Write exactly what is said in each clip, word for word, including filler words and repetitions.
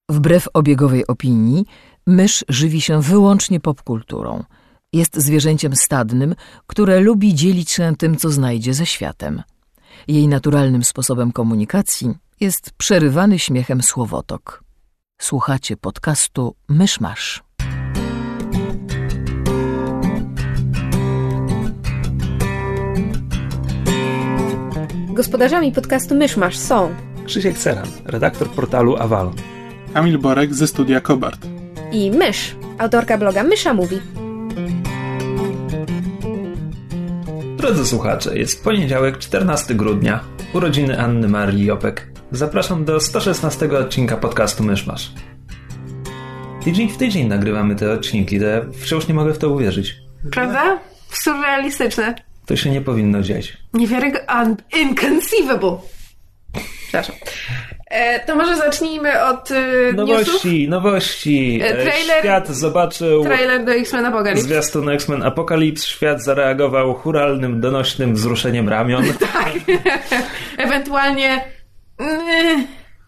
Wbrew obiegowej opinii, mysz żywi się wyłącznie popkulturą. Jest zwierzęciem stadnym, które lubi dzielić się tym, co znajdzie ze światem. Jej naturalnym sposobem komunikacji jest przerywany śmiechem słowotok. Słuchacie podcastu Myszmasz. Gospodarzami podcastu Myszmasz są Krzysiek Ceran, redaktor portalu Avalon, Kamil Borek ze studia Kobart i Mysz, autorka bloga Mysza Mówi. Drodzy słuchacze, jest poniedziałek, czternastego grudnia, urodziny Anny Marii Jopek. Zapraszam do sto szesnastego odcinka podcastu Myszmasz. Tydzień w tydzień nagrywamy te odcinki, to ja wciąż nie mogę w to uwierzyć. Prawda? Surrealistyczne. To się nie powinno dziać. Niewiarygodne. Inconceivable. Przepraszam. E, to może zacznijmy od e, Nowości, newsów. nowości. E, trailer, Świat zobaczył... Trailer do X-Men Apocalypse. Zwiastun X-Men Apocalypse. Świat zareagował churalnym, donośnym wzruszeniem ramion. Tak. Ewentualnie... Mm.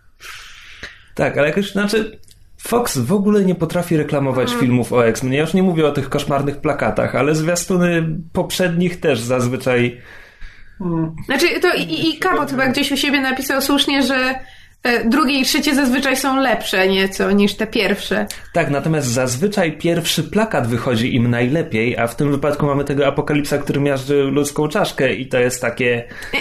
Tak, ale jakoś, znaczy... Fox w ogóle nie potrafi reklamować hmm. filmów o X-Men. Ja już nie mówię o tych koszmarnych plakatach, ale zwiastuny poprzednich też zazwyczaj... Hmm. Znaczy, to i, i Cabot chyba gdzieś u siebie napisał słusznie, że e, drugie i trzecie zazwyczaj są lepsze nieco niż te pierwsze. Tak, natomiast zazwyczaj pierwszy plakat wychodzi im najlepiej, a w tym wypadku mamy tego Apokalipsa, który miażdży ludzką czaszkę i to jest takie...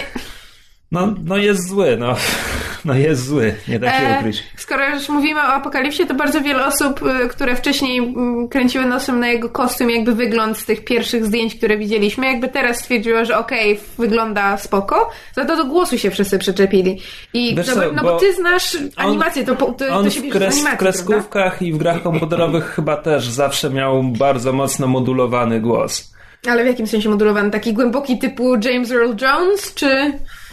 No, no jest zły, no. No jest zły, nie da się ukryć. E, skoro już mówimy o Apokalipsie, to bardzo wiele osób, które wcześniej kręciły nosem na jego kostium, jakby wygląd z tych pierwszych zdjęć, które widzieliśmy, jakby teraz stwierdziło, że okej, okay, wygląda spoko, za to do głosu się wszyscy przyczepili. I Wiesz no, co, no bo, bo ty znasz animację, to, to, to on się w, kres, animacji, w kreskówkach prawda? I w grach komputerowych chyba też zawsze miał bardzo mocno modulowany głos. Ale w jakim sensie modulowany? Taki głęboki typu James Earl Jones, czy...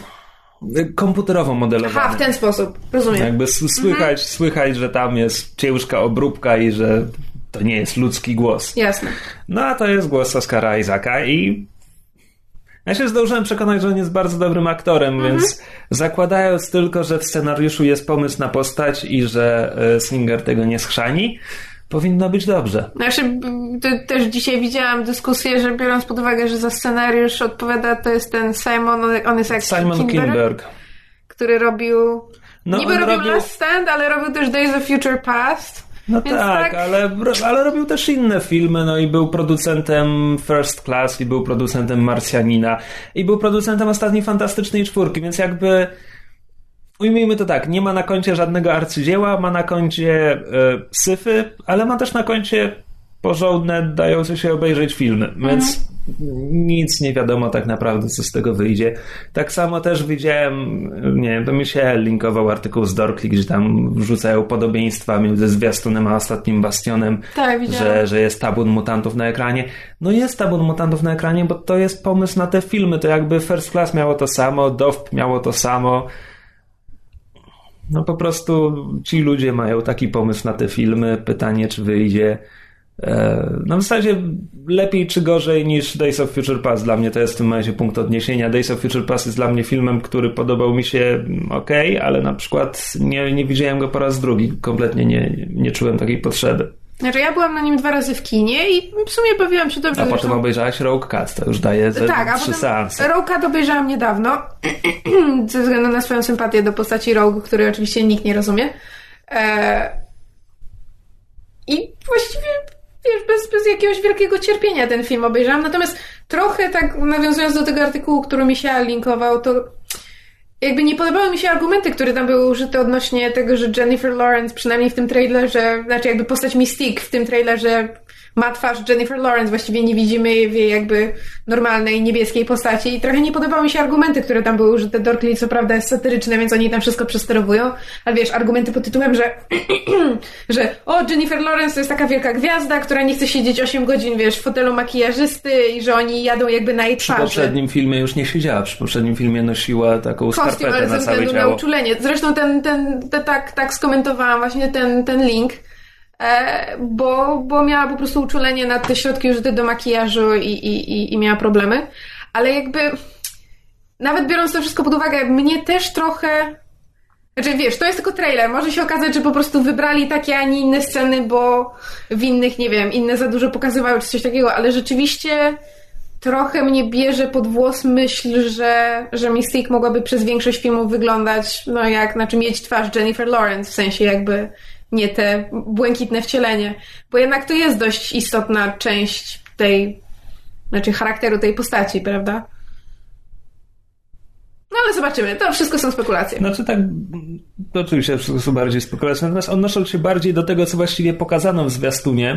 Komputerowo modelowany. Aha, w ten sposób, rozumiem. Jakby słychać, mhm. słychać, że tam jest ciężka obróbka i że to nie jest ludzki głos. Jasne. No a to jest głos Oscara Isaaca i ja się zdążyłem przekonać, że on jest bardzo dobrym aktorem, mhm. więc zakładając tylko, że w scenariuszu jest pomysł na postać i że Singer tego nie schrzani, powinno być dobrze. Znaczy, też dzisiaj widziałam dyskusję, że biorąc pod uwagę, że za scenariusz odpowiada, to jest ten Simon, on jest jak Simon Kinberg, Kinberg. który robił no, niby robił robił... Last Stand, ale robił też Days of Future Past. No tak, tak, Ale, ale robił też inne filmy, no i był producentem First Class i był producentem Marsjanina i był producentem Ostatniej Fantastycznej Czwórki, więc jakby ujmijmy to tak, nie ma na koncie żadnego arcydzieła, ma na koncie e, syfy, ale ma też na koncie porządne, dające się obejrzeć filmy, mhm. więc nic nie wiadomo tak naprawdę, co z tego wyjdzie. Tak samo też widziałem, nie wiem, to mi się linkował artykuł z Dorkly, gdzie tam wrzucają podobieństwa między zwiastunem a Ostatnim Bastionem, tak, że, że jest tabun mutantów na ekranie. No jest tabun mutantów na ekranie, bo to jest pomysł na te filmy, to jakby First Class miało to samo, D O W P miało to samo. No po prostu ci ludzie mają taki pomysł na te filmy. Pytanie, czy wyjdzie. No w zasadzie lepiej czy gorzej niż Days of Future Past. Dla mnie to jest w tym momencie punkt odniesienia. Days of Future Past jest dla mnie filmem, który podobał mi się okej, okay, ale na przykład nie, nie widziałem go po raz drugi. Kompletnie nie, nie czułem takiej potrzeby. Znaczy ja byłam na nim dwa razy w kinie i w sumie bawiłam się dobrze. A potem zresztą... obejrzałaś Rogue Cut, to już daje ze tak, a trzy seanse. Rogue Cut obejrzałam niedawno ze względu na swoją sympatię do postaci Rogue, której oczywiście nikt nie rozumie. Eee... I właściwie wiesz, bez, bez jakiegoś wielkiego cierpienia ten film obejrzałam. Natomiast trochę tak nawiązując do tego artykułu, który mi się linkował, to jakby nie podobały mi się argumenty, które tam były użyte odnośnie tego, że Jennifer Lawrence, przynajmniej w tym trailerze, znaczy jakby postać Mystique w tym trailerze ma twarz Jennifer Lawrence, właściwie nie widzimy w jej jakby normalnej niebieskiej postaci i trochę nie podobały mi się argumenty, które tam były użyte. Dorkly co prawda jest satyryczne, więc oni tam wszystko przesterowują, ale wiesz, argumenty pod tytułem, że że o, Jennifer Lawrence to jest taka wielka gwiazda, która nie chce siedzieć osiem godzin, wiesz, w fotelu makijażysty i że oni jadą jakby na jej twarzy. Przy poprzednim filmie już nie siedziała, przy poprzednim filmie nosiła taką kostium, skarpetę ale na ze całe względu ciało. na uczulenie. Zresztą ten, ten, ten tak, tak skomentowałam właśnie ten, ten link, e, bo, bo miała po prostu uczulenie na te środki użyte do makijażu i, i, i, i miała problemy. Ale jakby nawet biorąc to wszystko pod uwagę, mnie też trochę Znaczy, wiesz, to jest tylko trailer. Może się okazać, że po prostu wybrali takie, a nie inne sceny, bo w innych, nie wiem, inne za dużo pokazywały, czy coś takiego, ale rzeczywiście trochę mnie bierze pod włos myśl, że, że Mystique mogłaby przez większość filmów wyglądać, no jak, znaczy mieć twarz Jennifer Lawrence, w sensie jakby nie te błękitne wcielenie. Bo jednak to jest dość istotna część tej, znaczy charakteru tej postaci, prawda? No ale zobaczymy, to wszystko są spekulacje. Znaczy tak, to oczywiście wszystko są bardziej spekulacje, natomiast odnosząc się bardziej do tego, co właściwie pokazano w zwiastunie,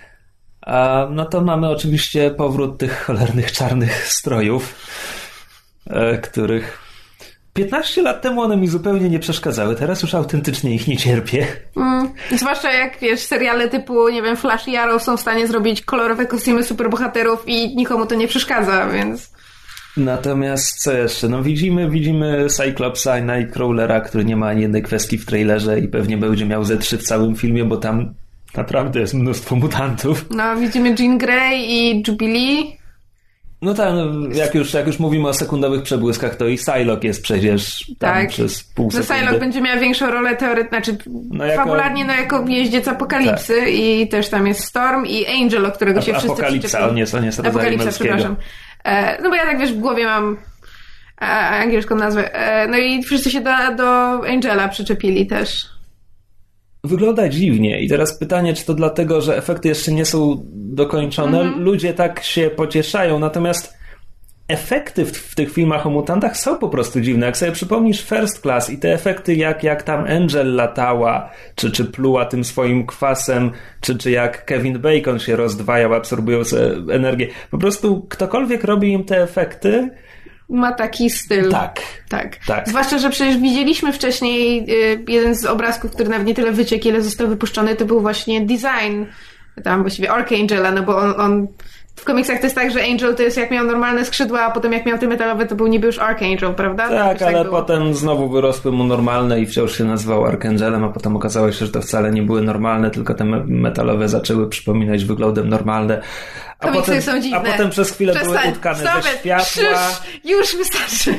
a, no to mamy oczywiście powrót tych cholernych czarnych strojów, e, których piętnaście lat temu one mi zupełnie nie przeszkadzały, teraz już autentycznie ich nie cierpię. Mm, zwłaszcza jak, wiesz, seriale typu, nie wiem, Flash i Arrow są w stanie zrobić kolorowe kostiumy superbohaterów i nikomu to nie przeszkadza, więc... Natomiast co jeszcze? No widzimy, widzimy Cyclopsa i Nightcrawlera, który nie ma ani jednej kwestii w trailerze i pewnie będzie miał ze trzy w całym filmie, bo tam naprawdę jest mnóstwo mutantów. No, widzimy Jean Grey i Jubilee. No tak, no, jak, już, jak już mówimy o sekundowych przebłyskach, to i Psylocke jest przecież tam tak. przez pół no, sekundy. Psylocke będzie miała większą rolę teoretyczną, znaczy no jako... fabularnie no, jako jeździec Apokalipsy tak. I też tam jest Storm i Angel, o którego się A, wszyscy Apokalipsa, przyczepili. on jest, on jest rodzaju Apokalipsa, męskiego. przepraszam. E, no bo ja tak wiesz, w głowie mam e, angielską nazwę. E, no i wszyscy się do, do Angela przyczepili też. Wygląda dziwnie i teraz pytanie, czy to dlatego, że efekty jeszcze nie są dokończone. Mhm. Ludzie tak się pocieszają, natomiast efekty w, w tych filmach o mutantach są po prostu dziwne. Jak sobie przypomnisz First Class i te efekty, jak, jak tam Angel latała, czy, czy pluła tym swoim kwasem, czy, czy jak Kevin Bacon się rozdwajał, absorbując energię. Po prostu ktokolwiek robi im te efekty... Ma taki styl. Tak. tak. tak. Zwłaszcza, że przecież widzieliśmy wcześniej y, jeden z obrazków, który nawet nie tyle wyciekł, ile został wypuszczony, to był właśnie design tam właściwie Archangela, no bo on, on w komiksach to jest tak, że Angel to jest jak miał normalne skrzydła, a potem jak miał te metalowe, to był niby już Archangel, prawda? Tak, tak ale było. potem znowu wyrosły mu normalne i wciąż się nazywał Archangelem, a potem okazało się, że to wcale nie były normalne, tylko te metalowe zaczęły przypominać wyglądem normalne. A Komiksy potem, są dziwne. A potem przez chwilę Przestań, były utkane stop ze it, światła. Szysz, już wystarczy.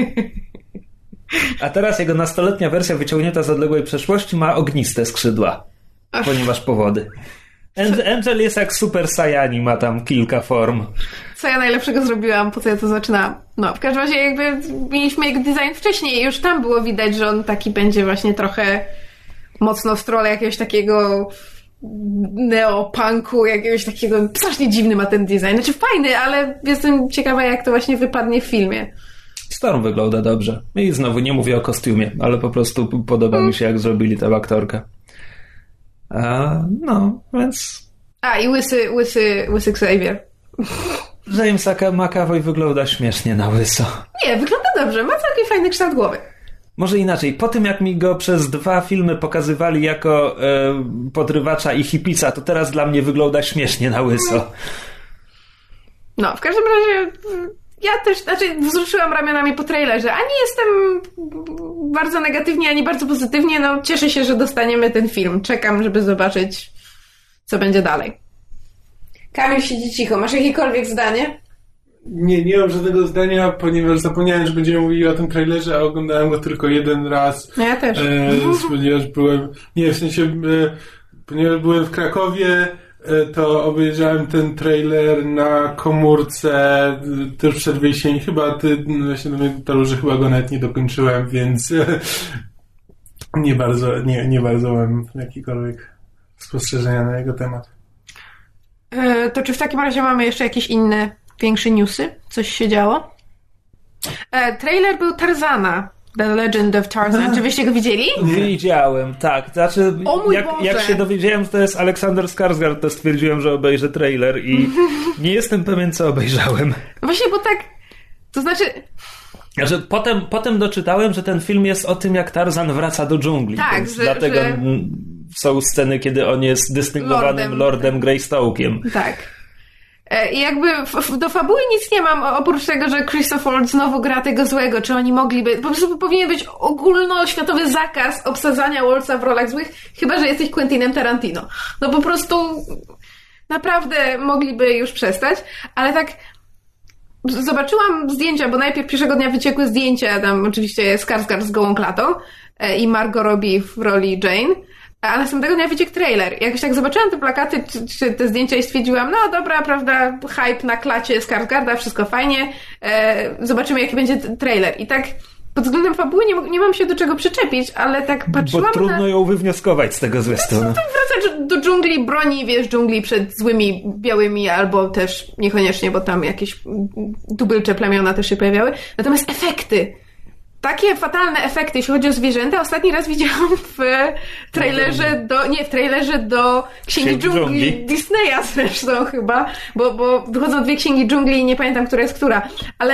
A teraz jego nastoletnia wersja wyciągnięta z odległej przeszłości ma ogniste skrzydła, Ach. ponieważ powody. Angel jest jak Super Saiyani, ma tam kilka form. Co ja najlepszego zrobiłam, po co ja to zaczynałam? No, w każdym razie jakby mieliśmy jego design wcześniej i już tam było widać, że on taki będzie właśnie trochę mocno w stronę jakiegoś takiego neopunku, jakiegoś takiego strasznie dziwny ma ten design. Znaczy fajny, ale jestem ciekawa, jak to właśnie wypadnie w filmie. Storm wygląda dobrze. I znowu nie mówię o kostiumie, ale po prostu podoba hmm. mi się, jak zrobili tę aktorkę. A, no, więc... A, i łysy, łysy, łysy Xavier. James McAvoy wygląda śmiesznie na łyso. Nie, wygląda dobrze. Ma całkiem fajny kształt głowy. Może inaczej. Po tym, jak mi go przez dwa filmy pokazywali jako e, podrywacza i hipica, to teraz dla mnie wygląda śmiesznie na łyso. No, w każdym razie... Ja też, znaczy wzruszyłam ramionami po trailerze. Ani jestem bardzo negatywnie, ani bardzo pozytywnie. No, cieszę się, że dostaniemy ten film. Czekam, żeby zobaczyć, co będzie dalej. Kamil siedzi cicho. Masz jakiekolwiek zdanie? Nie, nie mam żadnego zdania, ponieważ zapomniałem, że będziemy mówili o tym trailerze, a oglądałem go tylko jeden raz. No ja też. E, ponieważ byłem, nie, w sensie, e, ponieważ byłem w Krakowie, to obejrzałem ten trailer na komórce też przed wyjściem. Chyba ty właśnie do mnie dotarło, że chyba go nawet nie dokończyłem, więc nie bardzo, nie, nie bardzo mam jakiekolwiek spostrzeżenia na jego temat. E, to czy w takim razie mamy jeszcze jakieś inne, większe newsy? Coś się działo? E, trailer był Tarzana. The Legend of Tarzan. Czy wyście go widzieli? Widziałem, tak. Znaczy, o mój jak, Boże. jak się dowiedziałem, że to jest Aleksander Skarsgård, to stwierdziłem, że obejrzę trailer i nie jestem pewien, co obejrzałem. Właśnie, bo tak, to znaczy... Znaczy, potem, potem doczytałem, że ten film jest o tym, jak Tarzan wraca do dżungli. Tak, więc że, dlatego że... są sceny, kiedy on jest dystyngowanym Lordem, Lordem Greystoke'iem. Tak. I jakby do fabuły nic nie mam, oprócz tego, że Christopher Lloyd znowu gra tego złego. Czy oni mogliby... Po prostu powinien być ogólnoświatowy zakaz obsadzania Waltza w rolach złych, chyba że jesteś Quentinem Tarantino. No po prostu naprawdę mogliby już przestać, ale tak zobaczyłam zdjęcia, bo najpierw pierwszego dnia wyciekły zdjęcia, tam oczywiście jest Skarsgård z gołą klatą i Margot Robbie w roli Jane, a następnego dnia wyciekł trailer. Jakoś tak zobaczyłam te plakaty, czy, czy te zdjęcia i stwierdziłam, no dobra, prawda, hype na klacie Skarsgårda, wszystko fajnie, e, zobaczymy jaki będzie trailer. I tak pod względem fabuły nie, nie mam się do czego przyczepić, ale tak patrzyłam Bo trudno na... ją wywnioskować z tego zwiastunu. No, wraca do dżungli, broni, wiesz, dżungli przed złymi białymi, albo też niekoniecznie, bo tam jakieś tubylcze plemiona też się pojawiały. Natomiast efekty. Takie fatalne efekty, jeśli chodzi o zwierzęta, ostatni raz widziałam w trailerze do, nie, w trailerze do Księgi, Księgi dżungli, dżungli Disneya zresztą chyba, bo, bo wychodzą dwie Księgi Dżungli i nie pamiętam, która jest która, ale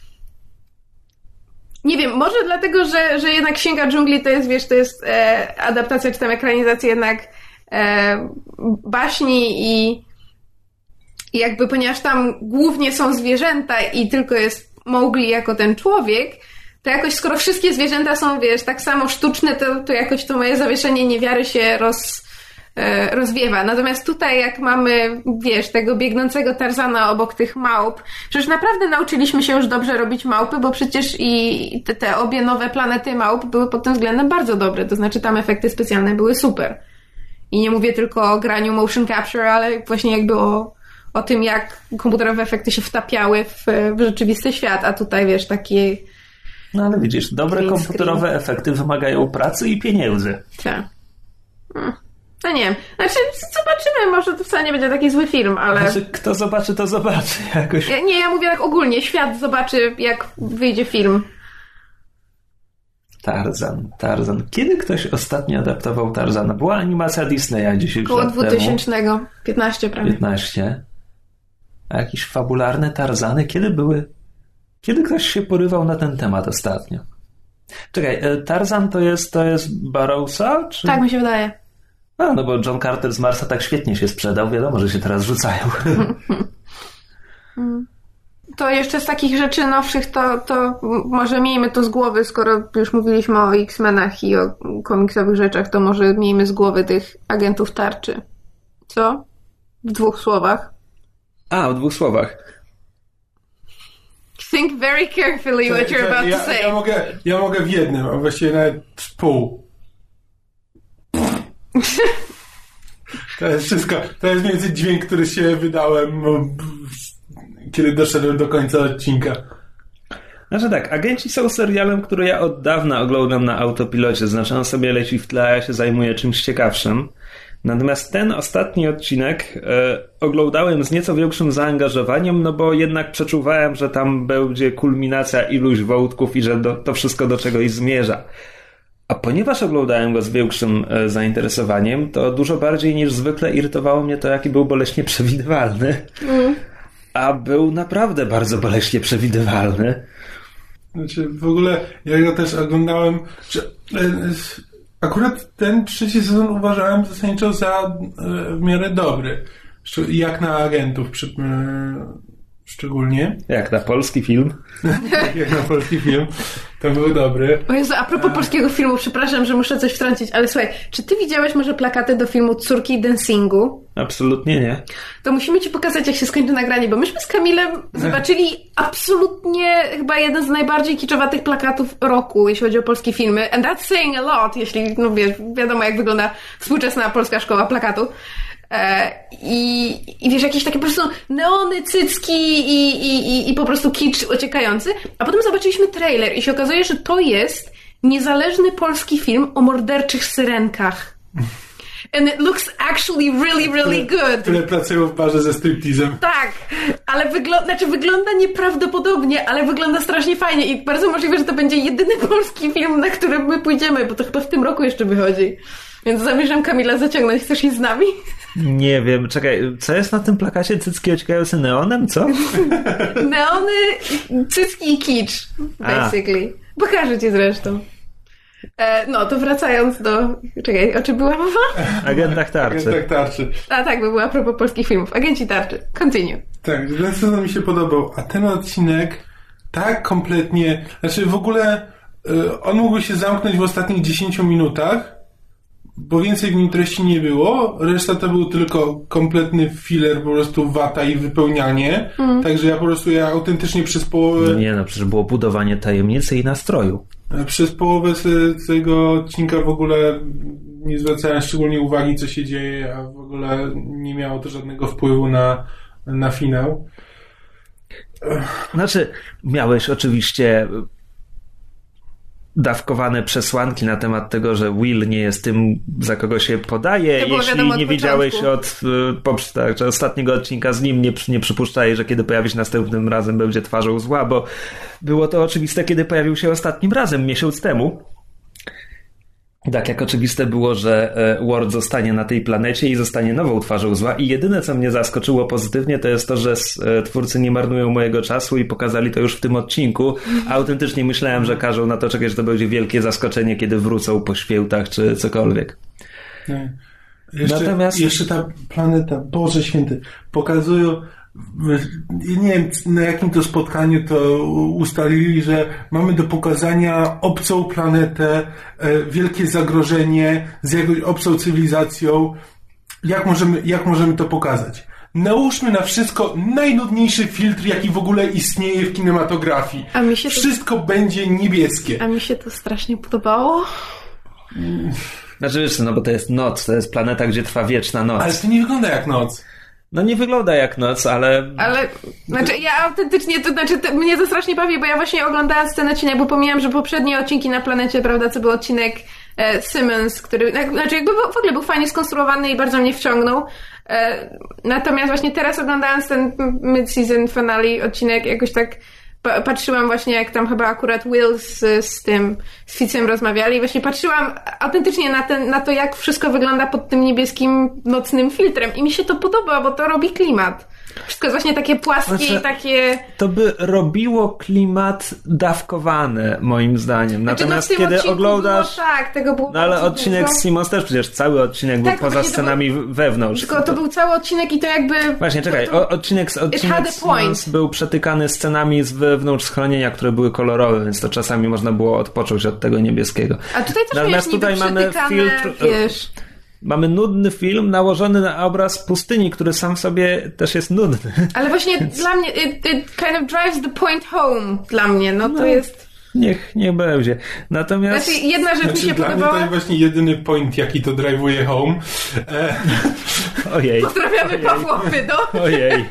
nie wiem, może dlatego, że, że jednak Księga Dżungli to jest, wiesz, to jest e, adaptacja czy tam ekranizacja jednak e, baśni i, i jakby, ponieważ tam głównie są zwierzęta i tylko jest Mowgli jako ten człowiek, to jakoś skoro wszystkie zwierzęta są, wiesz, tak samo sztuczne, to, to jakoś to moje zawieszenie niewiary się roz, e, rozwiewa. Natomiast tutaj jak mamy, wiesz, tego biegnącego Tarzana obok tych małp, przecież naprawdę nauczyliśmy się już dobrze robić małpy, bo przecież i te, te obie nowe planety małp były pod tym względem bardzo dobre, to znaczy tam efekty specjalne były super. I nie mówię tylko o graniu motion capture, ale właśnie jakby o, o tym, jak komputerowe efekty się wtapiały w, w rzeczywisty świat, a tutaj, wiesz, takie... No ale widzisz, dobre komputerowe efekty wymagają pracy i pieniędzy. Tak. No nie wiem. Znaczy, zobaczymy, może to wcale nie będzie taki zły film, ale... Znaczy, kto zobaczy, to zobaczy jakoś. Ja, nie, ja mówię tak ogólnie. Świat zobaczy, jak wyjdzie film. Tarzan, Tarzan. Kiedy ktoś ostatnio adaptował Tarzana? Była animacja Disneya dziesięć Koło lat temu. dwutysięcznego. piętnaście prawie. piętnaście. A jakieś fabularne Tarzany? Kiedy były... Kiedy ktoś się porywał na ten temat ostatnio? Czekaj, Tarzan to jest, to jest Barrowsa? Czy... Tak mi się wydaje. A, no bo John Carter z Marsa tak świetnie się sprzedał, wiadomo, że się teraz rzucają. To jeszcze z takich rzeczy nowszych, to, to może miejmy to z głowy, skoro już mówiliśmy o X-Menach i o komiksowych rzeczach, to może miejmy z głowy tych agentów tarczy. Co? W dwóch słowach. A, w dwóch słowach. Think very carefully what you're about ja, to say. Ja mogę, ja mogę w jednym, a właściwie nawet w pół. To jest wszystko. To jest mniej więcej dźwięk, który się wydałem, kiedy doszedłem do końca odcinka. Znaczy tak, Agenci są serialem, który ja od dawna oglądam na autopilocie. Znaczy on sobie leci w tle, a ja się zajmuję czymś ciekawszym. Natomiast ten ostatni odcinek e, oglądałem z nieco większym zaangażowaniem, no bo jednak przeczuwałem, że tam będzie kulminacja iluś wątków i że do, to wszystko do czegoś zmierza. A ponieważ oglądałem go z większym e, zainteresowaniem, to dużo bardziej niż zwykle irytowało mnie to, jaki był boleśnie przewidywalny. Mm. A był naprawdę bardzo boleśnie przewidywalny. Znaczy w ogóle ja go też oglądałem... Że, e, Akurat ten trzeci sezon uważałem zasadniczo za e, w miarę dobry. Jak na agentów przy, e, szczególnie. Jak na polski film. Jak na polski film. To był dobry. O Jezu, a propos a... polskiego filmu, przepraszam, że muszę coś wtrącić, ale słuchaj, czy ty widziałeś może plakaty do filmu Córki dancingu? Absolutnie nie. To musimy ci pokazać, jak się skończy nagranie, bo myśmy z Kamilem zobaczyli absolutnie chyba jeden z najbardziej kiczowatych plakatów roku, jeśli chodzi o polskie filmy. And that's saying a lot, jeśli, no wiesz, wiadomo jak wygląda współczesna polska szkoła plakatu. I, i wiesz, jakieś takie po prostu neony, cycki i, i, i, i po prostu kicz ociekający. A potem zobaczyliśmy trailer i się okazuje, że to jest niezależny polski film o morderczych syrenkach. And it looks actually really, really good. Które pracują w barze ze stripteasem. Tak, ale wygląda, znaczy wygląda nieprawdopodobnie, ale wygląda strasznie fajnie i bardzo możliwe, że to będzie jedyny polski film, na który my pójdziemy, bo to chyba w tym roku jeszcze wychodzi. Więc zamierzam Kamila zaciągnąć. Chcesz iść z nami? Nie wiem, czekaj, co jest na tym plakacie? Cycki ociekające neonem, co? Neony, cycki i kicz, basically. A. Pokażę ci zresztą. E, no, to wracając do... Czekaj, o czym była mowa? Agentach tarczy. Agentach tarczy. A tak, by była a propos polskich filmów. Agenci tarczy. Continue. Tak, ten sezon mi się podobał, a ten odcinek tak kompletnie... Znaczy w ogóle y, on mógłby się zamknąć w ostatnich dziesięciu minutach, bo więcej w nim treści nie było, reszta to był tylko kompletny filler, po prostu wata i wypełnianie, mm. także ja po prostu ja autentycznie przez połowę... No nie no, przecież było budowanie tajemnicy i nastroju. Przez połowę tego odcinka w ogóle nie zwracałem szczególnie uwagi, co się dzieje, a w ogóle nie miało to żadnego wpływu na, na finał. Znaczy, miałeś oczywiście dawkowane przesłanki na temat tego, że Will nie jest tym, za kogo się podaje. Jeśli nie widziałeś od, tak, że ostatniego odcinka z nim, nie, nie przypuszczaj, że kiedy pojawi się następnym razem, będzie twarzą zła, bo było to oczywiste, kiedy pojawił się ostatnim razem, miesiąc temu. Tak jak oczywiste było, że Ward zostanie na tej planecie i zostanie nową twarzą zła i jedyne, co mnie zaskoczyło pozytywnie, to jest to, że twórcy nie marnują mojego czasu i pokazali to już w tym odcinku. A autentycznie myślałem, że każą na to czekać, że to będzie wielkie zaskoczenie, kiedy wrócą po świętach czy cokolwiek. Nie. Jeszcze, Natomiast... jeszcze ta planeta, Boże Święty, pokazują... Nie wiem, na jakim to spotkaniu to ustalili, że mamy do pokazania obcą planetę, wielkie zagrożenie z jakąś obcą cywilizacją. Jak możemy, jak możemy to pokazać? Nałóżmy na wszystko najnudniejszy filtr, jaki w ogóle istnieje w kinematografii. A mi się to... Wszystko będzie niebieskie. A mi się to strasznie podobało. Znaczy wiesz, no bo to jest noc, to jest planeta, gdzie trwa wieczna noc. Ale to nie wygląda jak noc. No nie wygląda jak noc, ale... Ale, znaczy ja autentycznie, to znaczy to, mnie to strasznie bawi, bo ja właśnie oglądając ten odcinek, bo pomijam, że poprzednie odcinki na planecie, prawda, co był odcinek e, Simmons, który, znaczy jakby w ogóle był fajnie skonstruowany i bardzo mnie wciągnął. E, natomiast właśnie teraz oglądając ten mid-season finale odcinek, jakoś tak pa- patrzyłam właśnie, jak tam chyba akurat Will z, z tym, z Fitzem rozmawiali i właśnie patrzyłam autentycznie na, ten, na to, jak wszystko wygląda pod tym niebieskim nocnym filtrem i mi się to podoba, bo to robi klimat. Wszystko jest właśnie takie płaskie znaczy, i takie... To by robiło klimat dawkowany, moim zdaniem. Natomiast znaczy, no kiedy oglądasz... Było, tak, tego było... No ale odcinek z Simmons też przecież cały odcinek tak, był poza scenami był, wewnątrz. Tylko to był cały odcinek i to jakby... Właśnie, czekaj, to, to... odcinek, odcinek z Simmons był przetykany scenami z wewnątrz schronienia, które były kolorowe, więc to czasami można było odpocząć od tego niebieskiego. A tutaj też Natomiast tutaj mamy filtr... Wiesz... Mamy nudny film nałożony na obraz pustyni, który sam w sobie też jest nudny. Ale właśnie dla mnie it, it kind of drives the point home dla mnie, no to no, jest... Niech, niech będzie. Natomiast... Znaczy, jedna rzecz znaczy, mi się dla podobała... Mnie to jest właśnie jedyny point, jaki to drive'uje home. E... Ojej. Pozdrawiamy Pawłopy, no. Ojej.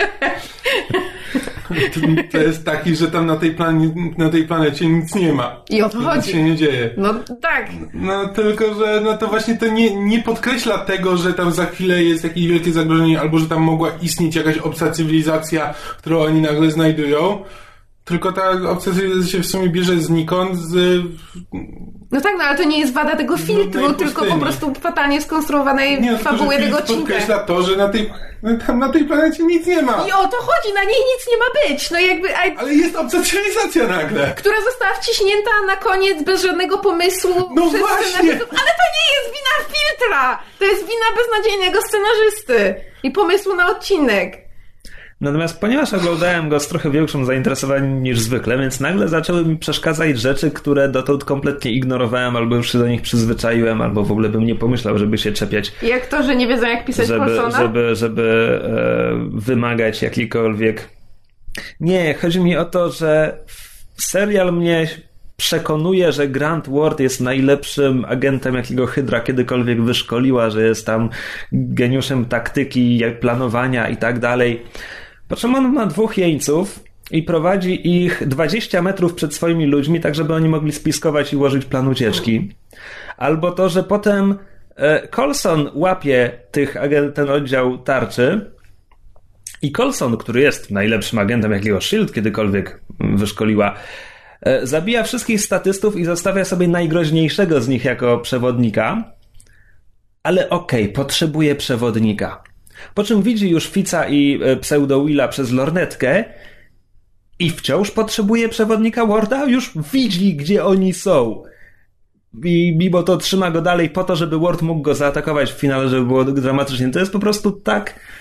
To, to jest taki, że tam na tej, planie, na tej planecie nic nie ma. I o to chodzi. Nic się nie dzieje. No tak. No tylko, że no to właśnie to nie, nie podkreśla tego, że tam za chwilę jest jakieś wielkie zagrożenie, albo że tam mogła istnieć jakaś obca cywilizacja, którą oni nagle znajdują. Tylko ta obca cywilizacja się w sumie bierze znikąd z... No tak, no ale to nie jest wada tego filtru, no tylko po prostu fatalnie skonstruowanej nie, fabuły tego odcinka. Podkreśla to, że na tej, tam na tej planecie nic nie ma. I o to chodzi, na niej nic nie ma być. No jakby... I... Ale jest obca cywilizacja nagle. Która została wciśnięta na koniec bez żadnego pomysłu. No właśnie. Ale to nie jest wina filtra. To jest wina beznadziejnego scenarzysty i pomysłu na odcinek. Natomiast ponieważ oglądałem go z trochę większym zainteresowaniem niż zwykle, więc nagle zaczęły mi przeszkadzać rzeczy, które dotąd kompletnie ignorowałem, albo już się do nich przyzwyczaiłem, albo w ogóle bym nie pomyślał, żeby się czepiać. Jak to, że nie wiedzą jak pisać żeby, Paulsona? Żeby, żeby e, wymagać jakikolwiek... Nie, chodzi mi o to, że serial mnie przekonuje, że Grant Ward jest najlepszym agentem, jakiego Hydra kiedykolwiek wyszkoliła, że jest tam geniuszem taktyki, planowania i tak dalej. Po czym on ma dwóch jeńców i prowadzi ich dwadzieścia metrów przed swoimi ludźmi, tak żeby oni mogli spiskować i ułożyć plan ucieczki. Albo to, że potem Coulson łapie tych, ten oddział tarczy i Coulson, który jest najlepszym agentem, jakiego Shield kiedykolwiek wyszkoliła, zabija wszystkich statystów i zostawia sobie najgroźniejszego z nich jako przewodnika. Ale okej, okay, potrzebuje przewodnika. Po czym widzi już Fitza i pseudo-Willa przez lornetkę i wciąż potrzebuje przewodnika Warda. Już widzi, gdzie oni są. I mimo to trzyma go dalej po to, żeby Ward mógł go zaatakować w finale, żeby było dramatycznie. To jest po prostu tak...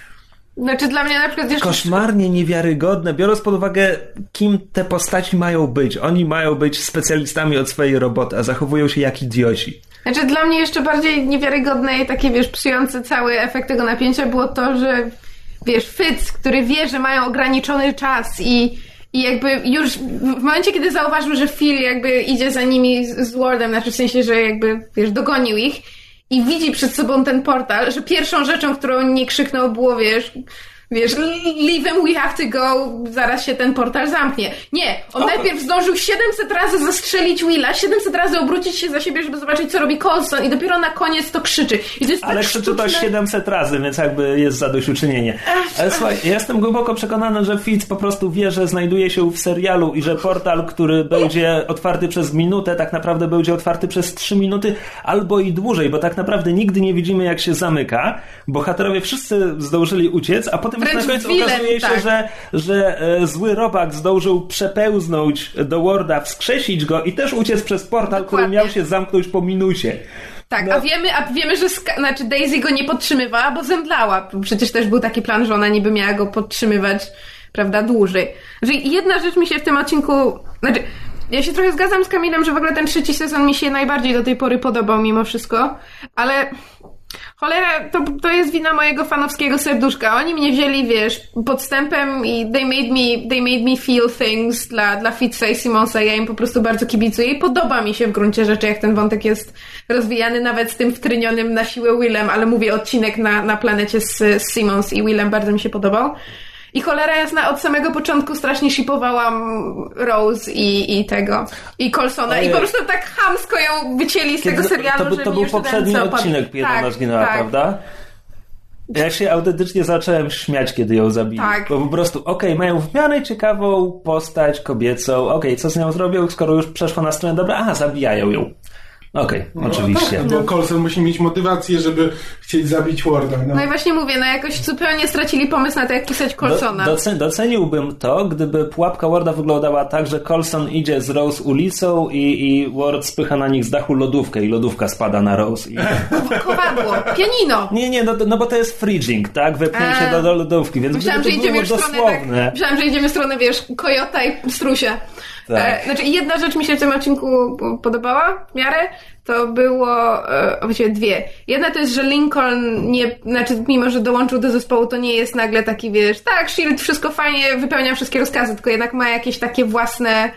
Znaczy dla mnie na przykład jeszcze... Koszmarnie niewiarygodne, biorąc pod uwagę, kim te postaci mają być. Oni mają być specjalistami od swojej roboty, a zachowują się jak idioci. Znaczy dla mnie jeszcze bardziej niewiarygodne i takie, wiesz, psujące cały efekt tego napięcia było to, że wiesz, Fitz, który wie, że mają ograniczony czas i, i jakby już w momencie, kiedy zauważył, że Phil jakby idzie za nimi z, z Wardem, znaczy w sensie, że jakby, wiesz, dogonił ich i widzi przed sobą ten portal, że pierwszą rzeczą, którą nie krzyknął było, wiesz, wiesz, leave him, we have to go, zaraz się ten portal zamknie. Nie, on o. najpierw zdążył siedemset razy zastrzelić Willa, siedemset razy obrócić się za siebie, żeby zobaczyć, co robi Coulson i dopiero na koniec to krzyczy. I to jest Ale tak krzyczy sztuczne... to siedemset razy, więc jakby jest zadośćuczynienie. Ale słuchaj, ja jestem głęboko przekonany, że Fitz po prostu wie, że znajduje się w serialu i że portal, który będzie otwarty przez minutę, tak naprawdę będzie otwarty przez trzy minuty albo i dłużej, bo tak naprawdę nigdy nie widzimy, jak się zamyka. Bohaterowie wszyscy zdążyli uciec, a potem Wręcz na końcu villain, okazuje się, tak. że, że e, zły robak zdążył przepełznąć do Warda, wskrzesić go i też uciec przez portal, Dokładnie. który miał się zamknąć po minucie. Tak, No. a wiemy, a wiemy, że ska- znaczy Daisy go nie podtrzymywała, bo zemdlała. Przecież też był taki plan, że ona niby miała go podtrzymywać, prawda, dłużej. Że jedna rzecz mi się w tym odcinku... Znaczy, ja się trochę zgadzam z Kamilem, że w ogóle ten trzeci sezon mi się najbardziej do tej pory podobał mimo wszystko, ale... Cholera, to, to jest wina mojego fanowskiego serduszka. Oni mnie wzięli, wiesz, podstępem i they made me, they made me feel things dla, dla Fitza i Simonsa. Ja im po prostu bardzo kibicuję i podoba mi się w gruncie rzeczy, jak ten wątek jest rozwijany, nawet z tym wtrynionym na siłę Willem, ale mówię, odcinek na, na planecie z, z Simons i Willem bardzo mi się podobał. I cholera jasna, od samego początku strasznie shipowałam Rose i, i tego, i Coulsona. Ojej. I po prostu tak chamsko ją wycięli z Kiedy tego serialu, to, to, że to mi był już poprzedni ręce odcinek, opadły. kiedy ona Tak, zginęła, tak. prawda? Ja się autentycznie zacząłem śmiać, kiedy ją zabili. Tak. Bo po prostu, okej, okay, mają w miarę ciekawą postać kobiecą, okej, okay, co z nią zrobią, skoro już przeszła na stronę dobra, aha, zabijają ją. Okej, okay, no, oczywiście. Tak, bo Coulson musi mieć motywację, żeby chcieć zabić Warda. No. No i właśnie mówię, no jakoś zupełnie stracili pomysł na to, jak pisać Coulsona. Do, docen, doceniłbym to, gdyby pułapka Warda wyglądała tak, że Coulson idzie z Rose ulicą i, i Ward spycha na nich z dachu lodówkę i lodówka spada na Rose. I... Kowadło, pianino. Nie, nie, no, no bo to jest fridging, tak? Wepchnięcie A, do, do lodówki, więc myślałam, że gdyby to idziemy było już w stronę, dosłowne... tak, myślałam, że idziemy w stronę, wiesz, Kojota i Strusia. Tak. E, znaczy jedna rzecz mi się w tym odcinku podobała w miarę, to było e, właściwie dwie. Jedna to jest, że Lincoln nie, znaczy mimo, że dołączył do zespołu, to nie jest nagle taki, wiesz, tak, Shield, wszystko fajnie, wypełnia wszystkie rozkazy, tylko jednak ma jakieś takie własne,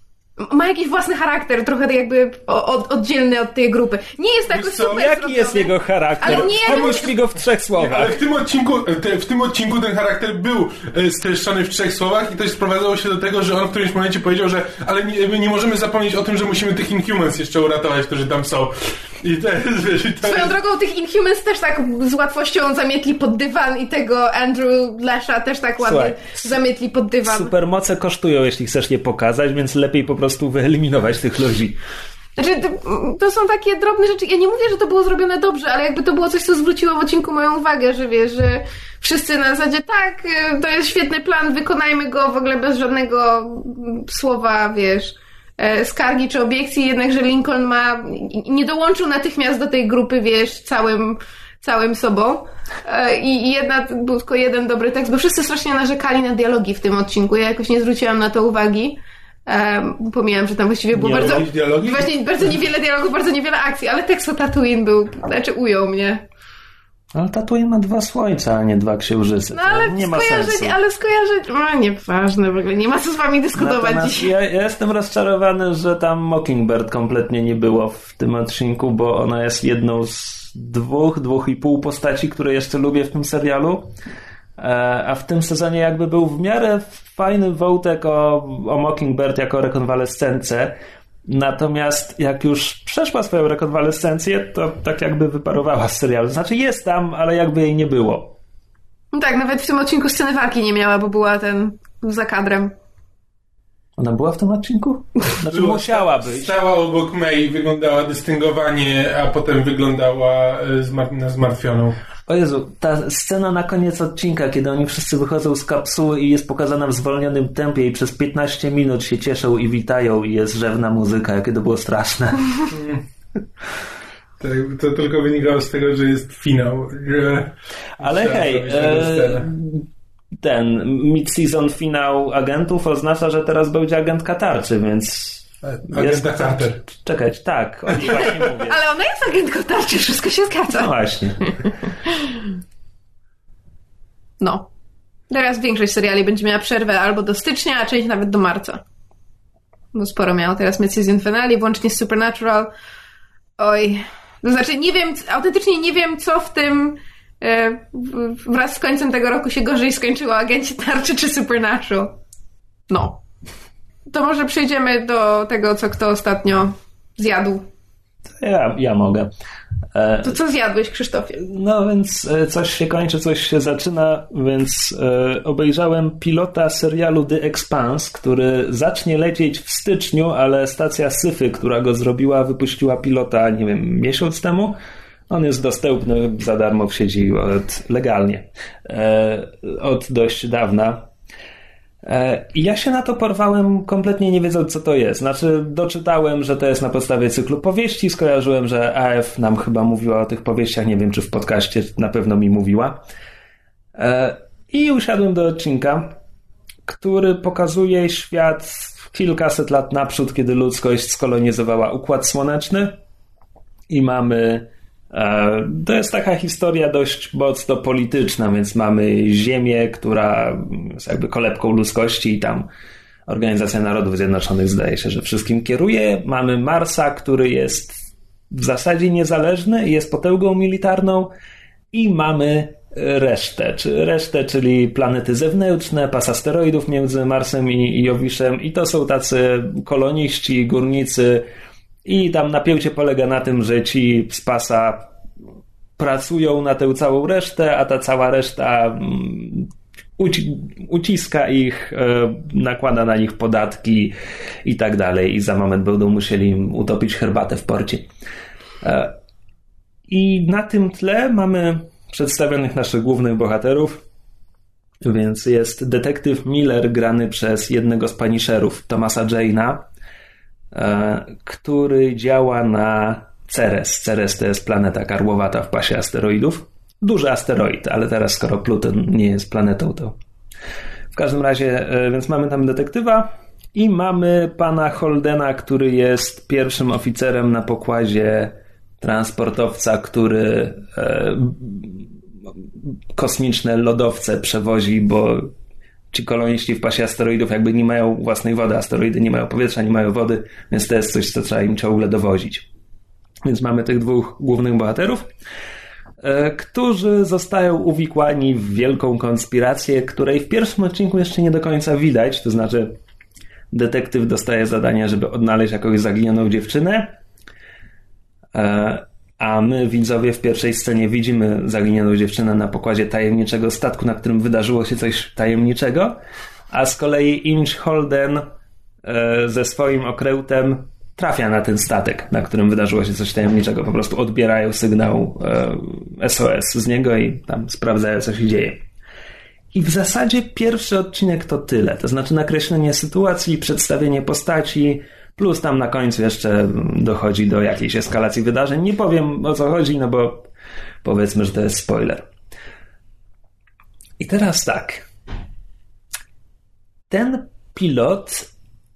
ma jakiś własny charakter, trochę jakby od, oddzielny od tej grupy. Nie jest tak Wiesz co, super Jaki zrobiony. jest jego charakter? Ale nie, Pomóż mi go w trzech Nie, słowach. ale w tym odcinku, te, w tym odcinku ten charakter był e, streszczony w trzech słowach i to sprowadzało się do tego, że on w którymś momencie powiedział, że ale nie, my nie możemy zapomnieć o tym, że musimy tych Inhumans jeszcze uratować, którzy tam są. I to jest, wiesz, i to Swoją jest... drogą tych Inhumans też tak z łatwością zamietli pod dywan i tego Andrew Lasha też tak ładnie Słuchaj, zamietli pod dywan. Supermoce kosztują, jeśli chcesz je pokazać, więc lepiej po prostu wyeliminować tych ludzi. Znaczy, to, to są takie drobne rzeczy. Ja nie mówię, że to było zrobione dobrze, ale jakby to było coś, co zwróciło w odcinku moją uwagę, że wiesz, że wszyscy na zasadzie tak, to jest świetny plan, wykonajmy go w ogóle bez żadnego słowa, wiesz, skargi czy obiekcji, jednakże Lincoln ma, nie dołączył natychmiast do tej grupy, wiesz, całym, całym sobą. I jedna, był tylko jeden dobry tekst, bo wszyscy strasznie narzekali na dialogi w tym odcinku. Ja jakoś nie zwróciłam na to uwagi. Um, pomijam, że tam właściwie było Nie bardzo, dialogi? właśnie bardzo niewiele dialogów, bardzo niewiele akcji, ale tekst o Tatooine był, znaczy ujął mnie. Ale Tatooine ma dwa słońca, a nie dwa księżyce. No ale nie ma skojarzyć, sensu. ale skojarzyć, no nieważne w ogóle, nie ma co z wami dyskutować Natomiast dzisiaj. ja, ja jestem rozczarowany, że tam Mockingbird kompletnie nie było w tym odcinku, bo ona jest jedną z dwóch, dwóch i pół postaci, które jeszcze lubię w tym serialu. A w tym sezonie jakby był w miarę fajny wątek o, o Mockingbird jako rekonwalescence. Natomiast jak już przeszła swoją rekonwalescencję, to tak jakby wyparowała z serialu. Znaczy jest tam, ale jakby jej nie było. No tak, nawet w tym odcinku sceny walki nie miała, bo była ten za kadrem. Ona była w tym odcinku? Znaczy Była, musiała być. Stała obok May, wyglądała dystyngowanie, a potem wyglądała zmar- zmartwioną. O Jezu, ta scena na koniec odcinka, kiedy oni wszyscy wychodzą z kapsuły i jest pokazana w zwolnionym tempie i przez piętnaście minut się cieszą i witają i jest rzewna muzyka, jakie to było straszne. Tak. Tak, to tylko wynikało z tego, że jest finał. Że Ale hej, e, ten mid-season finał agentów oznacza, że teraz będzie agentka tarczy, więc... Agenta Carter. Czekać, tak, o niej właśnie mówię. Ale ona jest agentką tarczy, wszystko się zgadza. No właśnie. No. Teraz większość seriali będzie miała przerwę albo do stycznia, a część nawet do marca. Bo sporo miało teraz mid-season finale, włącznie z Supernatural. Oj. To znaczy, nie wiem, autentycznie nie wiem, co w tym e, wraz z końcem tego roku się gorzej skończyło, Agencie Tarczy czy Supernatural. No. To może przejdziemy do tego, co kto ostatnio zjadł. Ja, ja mogę. E, to co zjadłeś, Krzysztofie? No więc coś się kończy, coś się zaczyna, więc e, obejrzałem pilota serialu The Expanse, który zacznie lecieć w styczniu, ale stacja Syfy, która go zrobiła, wypuściła pilota, nie wiem, miesiąc temu. On jest dostępny za darmo w sieci od, legalnie e, od dość dawna. I ja się na to porwałem kompletnie nie wiedząc, co to jest. Znaczy, doczytałem, że to jest na podstawie cyklu powieści, skojarzyłem, że A F nam chyba mówiła o tych powieściach, nie wiem, czy w podcaście na pewno mi mówiła. I usiadłem do odcinka, który pokazuje świat kilkaset lat naprzód, kiedy ludzkość skolonizowała Układ Słoneczny i mamy... To jest taka historia dość mocno polityczna, więc mamy Ziemię, która jest jakby kolebką ludzkości i tam Organizacja Narodów Zjednoczonych zdaje się, że wszystkim kieruje. Mamy Marsa, który jest w zasadzie niezależny i jest potęgą militarną i mamy resztę, czy resztę, czyli planety zewnętrzne, pas asteroidów między Marsem i, i Jowiszem i to są tacy koloniści, górnicy. I tam napięcie polega na tym, że ci z pasa pracują na tę całą resztę, a ta cała reszta uci- uciska ich, nakłada na nich podatki i tak dalej. I za moment będą musieli im utopić herbatę w porcie. I na tym tle mamy przedstawionych naszych głównych bohaterów. Więc jest detektyw Miller grany przez jednego z Punisherów, Thomasa Jane'a, który działa na Ceres. Ceres to jest planeta karłowata w pasie asteroidów. Duży asteroid, ale teraz skoro Pluton nie jest planetą, to w każdym razie, więc mamy tam detektywa i mamy pana Holdena, który jest pierwszym oficerem na pokładzie transportowca, który e, kosmiczne lodowce przewozi, bo ci koloniści w pasie asteroidów jakby nie mają własnej wody, asteroidy nie mają powietrza, nie mają wody, więc to jest coś, co trzeba im ciągle dowozić. Więc mamy tych dwóch głównych bohaterów, e, którzy zostają uwikłani w wielką konspirację, której w pierwszym odcinku jeszcze nie do końca widać, to znaczy detektyw dostaje zadanie, żeby odnaleźć jakąś zaginioną dziewczynę, e, a my, widzowie, w pierwszej scenie widzimy zaginioną dziewczynę na pokładzie tajemniczego statku, na którym wydarzyło się coś tajemniczego, a z kolei Inch Holden e, ze swoim okrętem trafia na ten statek, na którym wydarzyło się coś tajemniczego. Po prostu odbierają sygnał e, S O S z niego i tam sprawdzają, co się dzieje. I w zasadzie pierwszy odcinek to tyle. To znaczy nakreślenie sytuacji, przedstawienie postaci, plus tam na końcu jeszcze dochodzi do jakiejś eskalacji wydarzeń. Nie powiem, o co chodzi, no bo powiedzmy, że to jest spoiler. I teraz tak. Ten pilot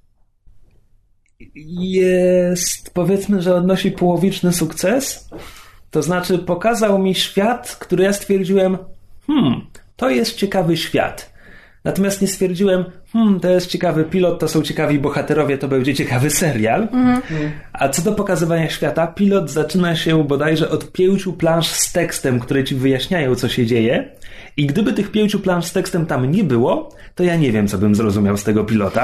jest, powiedzmy, że odnosi połowiczny sukces. To znaczy pokazał mi świat, który ja stwierdziłem, hmm, to jest ciekawy świat. Natomiast nie stwierdziłem, hmm, to jest ciekawy pilot, to są ciekawi bohaterowie, to będzie ciekawy serial. Mhm. A co do pokazywania świata, pilot zaczyna się bodajże od pięciu plansz z tekstem, które ci wyjaśniają, co się dzieje. I gdyby tych pięciu plansz z tekstem tam nie było, to ja nie wiem, co bym zrozumiał z tego pilota.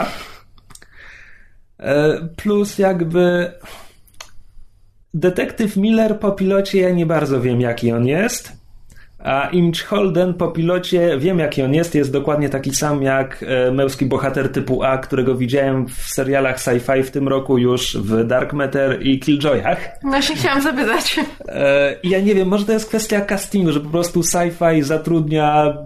Plus jakby detektyw Miller po pilocie ja nie bardzo wiem, jaki on jest. A Inch Holden po pilocie wiem, jaki on jest. Jest dokładnie taki sam jak e, męski bohater typu A, którego widziałem w serialach sci-fi w tym roku już w Dark Matter i Killjoyach. No się chciałam zapytać. E, ja nie wiem, może to jest kwestia castingu, że po prostu sci-fi zatrudnia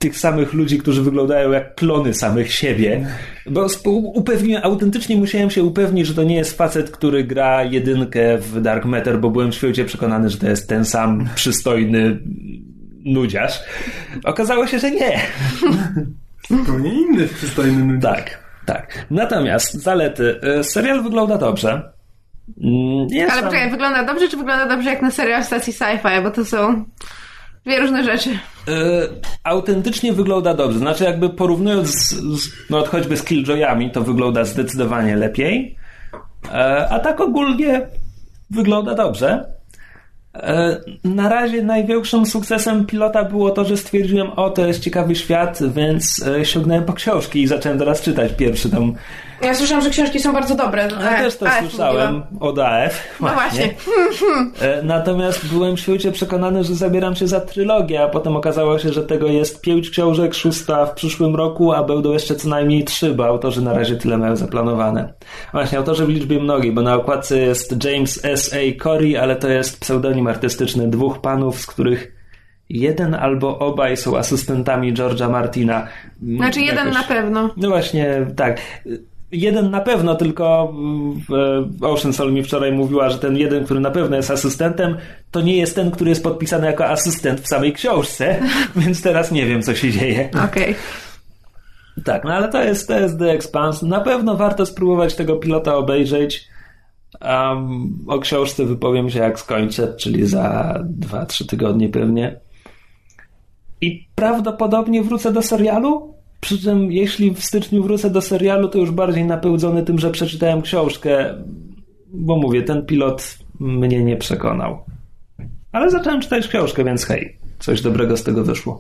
tych samych ludzi, którzy wyglądają jak klony samych siebie. Bo upewniłem, autentycznie musiałem się upewnić, że to nie jest facet, który gra jedynkę w Dark Matter, bo byłem święcie przekonany, że to jest ten sam przystojny nudziarz. Okazało się, że nie. Zupełnie inny przystojny nudziarz. Tak, tak. Natomiast zalety. Serial wygląda dobrze. Jest Ale tam... poczekaj, wygląda dobrze, czy wygląda dobrze jak na serial stacji Sci-Fi? Bo to są dwie różne rzeczy. Yy, autentycznie wygląda dobrze. Znaczy jakby porównując z, z, no choćby z Killjoyami, to wygląda zdecydowanie lepiej. Yy, a tak ogólnie wygląda dobrze. Yy, na razie największym sukcesem pilota było to, że stwierdziłem, o to jest ciekawy świat, więc yy, sięgnąłem po książki i zacząłem teraz czytać pierwszy tam. Ja słyszałam, że książki są bardzo dobre. Ja też to słyszałem od A F. No właśnie. Natomiast byłem święcie przekonany, że zabieram się za trylogię, a potem okazało się, że tego jest pięć książek, szósta w przyszłym roku, a będą jeszcze co najmniej trzy, bo autorzy na razie tyle mają zaplanowane. Właśnie, autorzy w liczbie mnogiej, bo na okładce jest James S A Corey, ale to jest pseudonim artystyczny dwóch panów, z których jeden albo obaj są asystentami George'a Martina. Znaczy jeden Jakoś... na pewno. No właśnie, tak. Jeden na pewno, tylko Ocean Soul mi wczoraj mówiła, że ten jeden, który na pewno jest asystentem, to nie jest ten, który jest podpisany jako asystent w samej książce, więc teraz nie wiem, co się dzieje. Okej. Okay. Tak, no ale to jest, to jest The Expanse. Na pewno warto spróbować tego pilota obejrzeć. Um, o książce wypowiem się jak skończę, czyli za dwa trzy tygodnie pewnie. I prawdopodobnie wrócę do serialu. Przy czym jeśli w styczniu wrócę do serialu, to już bardziej napełdzony tym, że przeczytałem książkę, bo mówię, ten pilot mnie nie przekonał. Ale zacząłem czytać książkę, więc hej, coś dobrego z tego wyszło.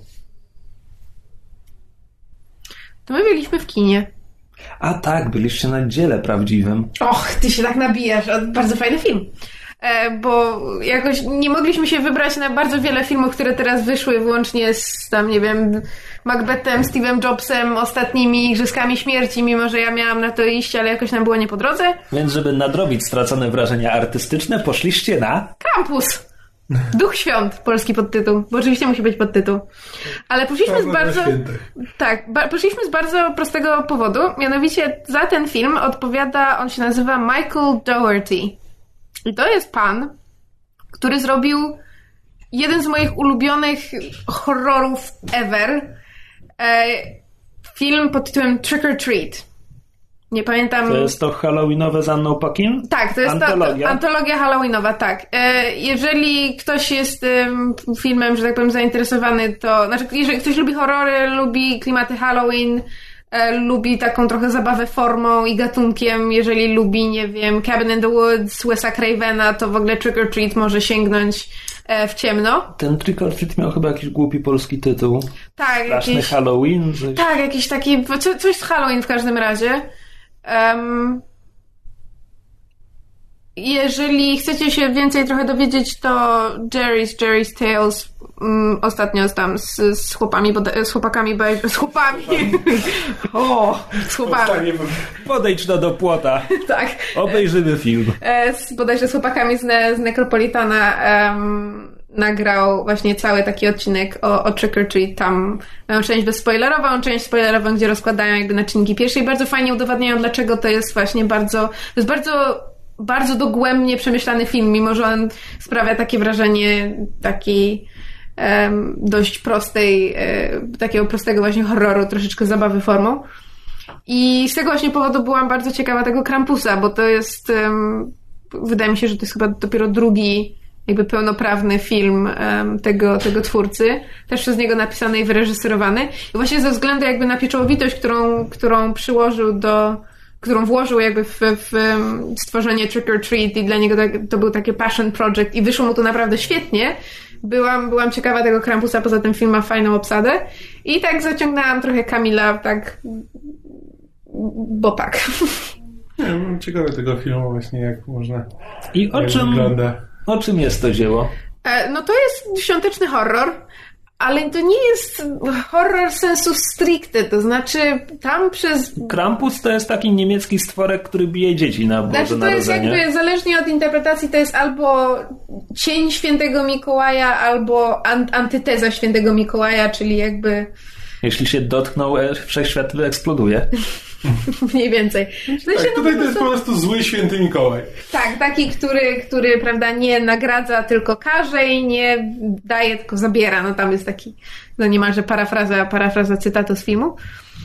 To my byliśmy w kinie. A tak, byliście na Dziele Prawdziwym. Och, ty się tak nabijasz. Bardzo fajny film. E, bo jakoś nie mogliśmy się wybrać na bardzo wiele filmów, które teraz wyszły, wyłącznie z tam, nie wiem, Macbethem, Steve'em Jobsem, ostatnimi Igrzyskami Śmierci, mimo że ja miałam na to iść, ale jakoś nam było nie po drodze. Więc żeby nadrobić stracone wrażenia artystyczne, poszliście na... Krampus! Duch Świąt, polski podtytuł, bo oczywiście musi być podtytuł. Ale poszliśmy z bardzo... Tak, ba- poszliśmy z bardzo prostego powodu, mianowicie za ten film odpowiada, on się nazywa Michael Dougherty. I to jest pan, który zrobił jeden z moich ulubionych horrorów ever. E, film pod tytułem Trick or Treat. Nie pamiętam... To jest to halloweenowe z Anną Paquin? Tak, to jest antologia. To, antologia halloweenowa, tak. E, jeżeli ktoś jest tym filmem, że tak powiem, zainteresowany, to... Znaczy, jeżeli ktoś lubi horrory, lubi klimaty Halloween, e, lubi taką trochę zabawę formą i gatunkiem, jeżeli lubi, nie wiem, Cabin in the Woods, Wesa Cravena, to w ogóle Trick or Treat może sięgnąć e, w ciemno. Ten Trick or Treat miał chyba jakiś głupi polski tytuł. Tak, Straszny jakiś... Halloween. Coś... Tak, jakiś taki... Co, coś z Halloween w każdym razie. Um, jeżeli chcecie się więcej trochę dowiedzieć, to Jerry's Jerry's Tales um, ostatnio tam z, z chłopami, z chłopakami, z chłopami, o, z chłopami. Podejdź no do płota. Tak. Obejrzymy film. Z, bodajże z chłopakami z, ne, z Necropolitana um, nagrał właśnie cały taki odcinek o, o Trick or Treat. Tam mają część bezspoilerową, część spoilerową, gdzie rozkładają jakby na czynniki pierwsze i bardzo fajnie udowadniają, dlaczego to jest właśnie bardzo, to jest bardzo, bardzo dogłębnie przemyślany film, mimo że on sprawia takie wrażenie takiej um, dość prostej, um, takiego prostego właśnie horroru, troszeczkę zabawy formą. I z tego właśnie powodu byłam bardzo ciekawa tego Krampusa, bo to jest, um, wydaje mi się, że to jest chyba dopiero drugi jakby pełnoprawny film um, tego, tego twórcy, też przez niego napisany i wyreżyserowany. I właśnie ze względu jakby na pieczołowitość, którą, którą przyłożył do, którą włożył jakby w, w stworzenie Trick or Treat i dla niego to, to był taki passion project i wyszło mu to naprawdę świetnie. Byłam, byłam ciekawa tego Krampusa, poza tym film ma fajną obsadę i tak zaciągnęłam trochę Kamila, tak, bo tak. Ja mam ciekawe tego filmu właśnie, jak można... I o czym... Wygląda. O czym jest to dzieło? No to jest świąteczny horror, ale to nie jest horror sensu stricte, to znaczy tam przez... Krampus to jest taki niemiecki stworek, który bije dzieci na Boże Narodzenie. Znaczy to jest jakby, zależnie od interpretacji, to jest albo cień świętego Mikołaja, albo an- antyteza świętego Mikołaja, czyli jakby Jeśli się dotkną, wszechświat eksploduje. Mniej więcej. Tak, tak, tutaj to jest po prostu zły święty Mikołaj. Tak, taki, który, który prawda, nie nagradza, tylko karze i nie daje, tylko zabiera. No tam jest taki, no niemalże parafraza, parafraza cytatu z filmu.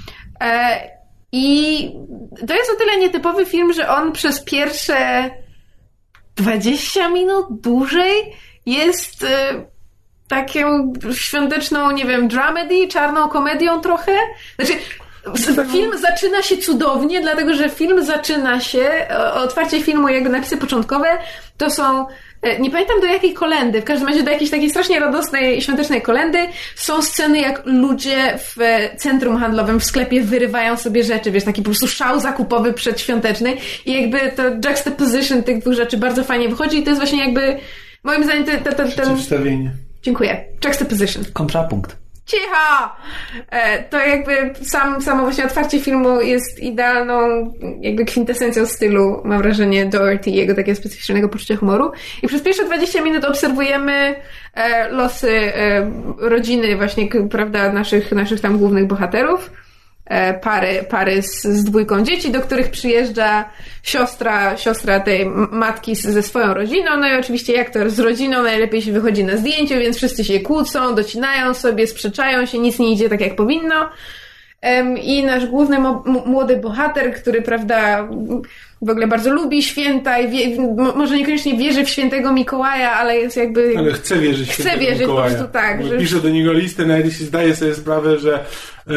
E, I to jest o tyle nietypowy film, że on przez pierwsze dwadzieścia minut dłużej jest e, taką świąteczną, nie wiem, dramedy, czarną komedią trochę. Znaczy, film zaczyna się cudownie, dlatego że film zaczyna się, otwarcie filmu, jakby napisy początkowe, to są, nie pamiętam do jakiej kolendy, w każdym razie do jakiejś takiej strasznie radosnej, świątecznej kolendy, są sceny, jak ludzie w centrum handlowym, w sklepie wyrywają sobie rzeczy, wiesz, taki po prostu szał zakupowy przedświąteczny i jakby to juxtaposition tych dwóch rzeczy bardzo fajnie wychodzi i to jest właśnie jakby, moim zdaniem, ten... ten, ten, Przeciwstawienie. Dziękuję. Juxtaposition. Kontrapunkt. Cicho! E, to jakby sam, samo właśnie otwarcie filmu jest idealną jakby kwintesencją stylu, mam wrażenie, Doherty i jego takiego specyficznego poczucia humoru. I przez pierwsze dwadzieścia minut obserwujemy e, losy e, rodziny właśnie, k- prawda, naszych, naszych tam głównych bohaterów. E, pary, pary z, z dwójką dzieci, do których przyjeżdża siostra, siostra tej matki z, ze swoją rodziną, no i oczywiście jak to z rodziną najlepiej się wychodzi na zdjęciu, więc wszyscy się kłócą, docinają sobie, sprzeczają się, nic nie idzie tak jak powinno. Um, I nasz główny mo- m- młody bohater, który, prawda, w ogóle bardzo lubi święta i wie, m- może niekoniecznie wierzy w świętego Mikołaja, ale jest jakby... Ale chce wierzyć w chce świętego wierzyć Mikołaja. po prostu tak. Że... Pisze do niego listę, nawet jeśli zdaje sobie sprawę, że... E,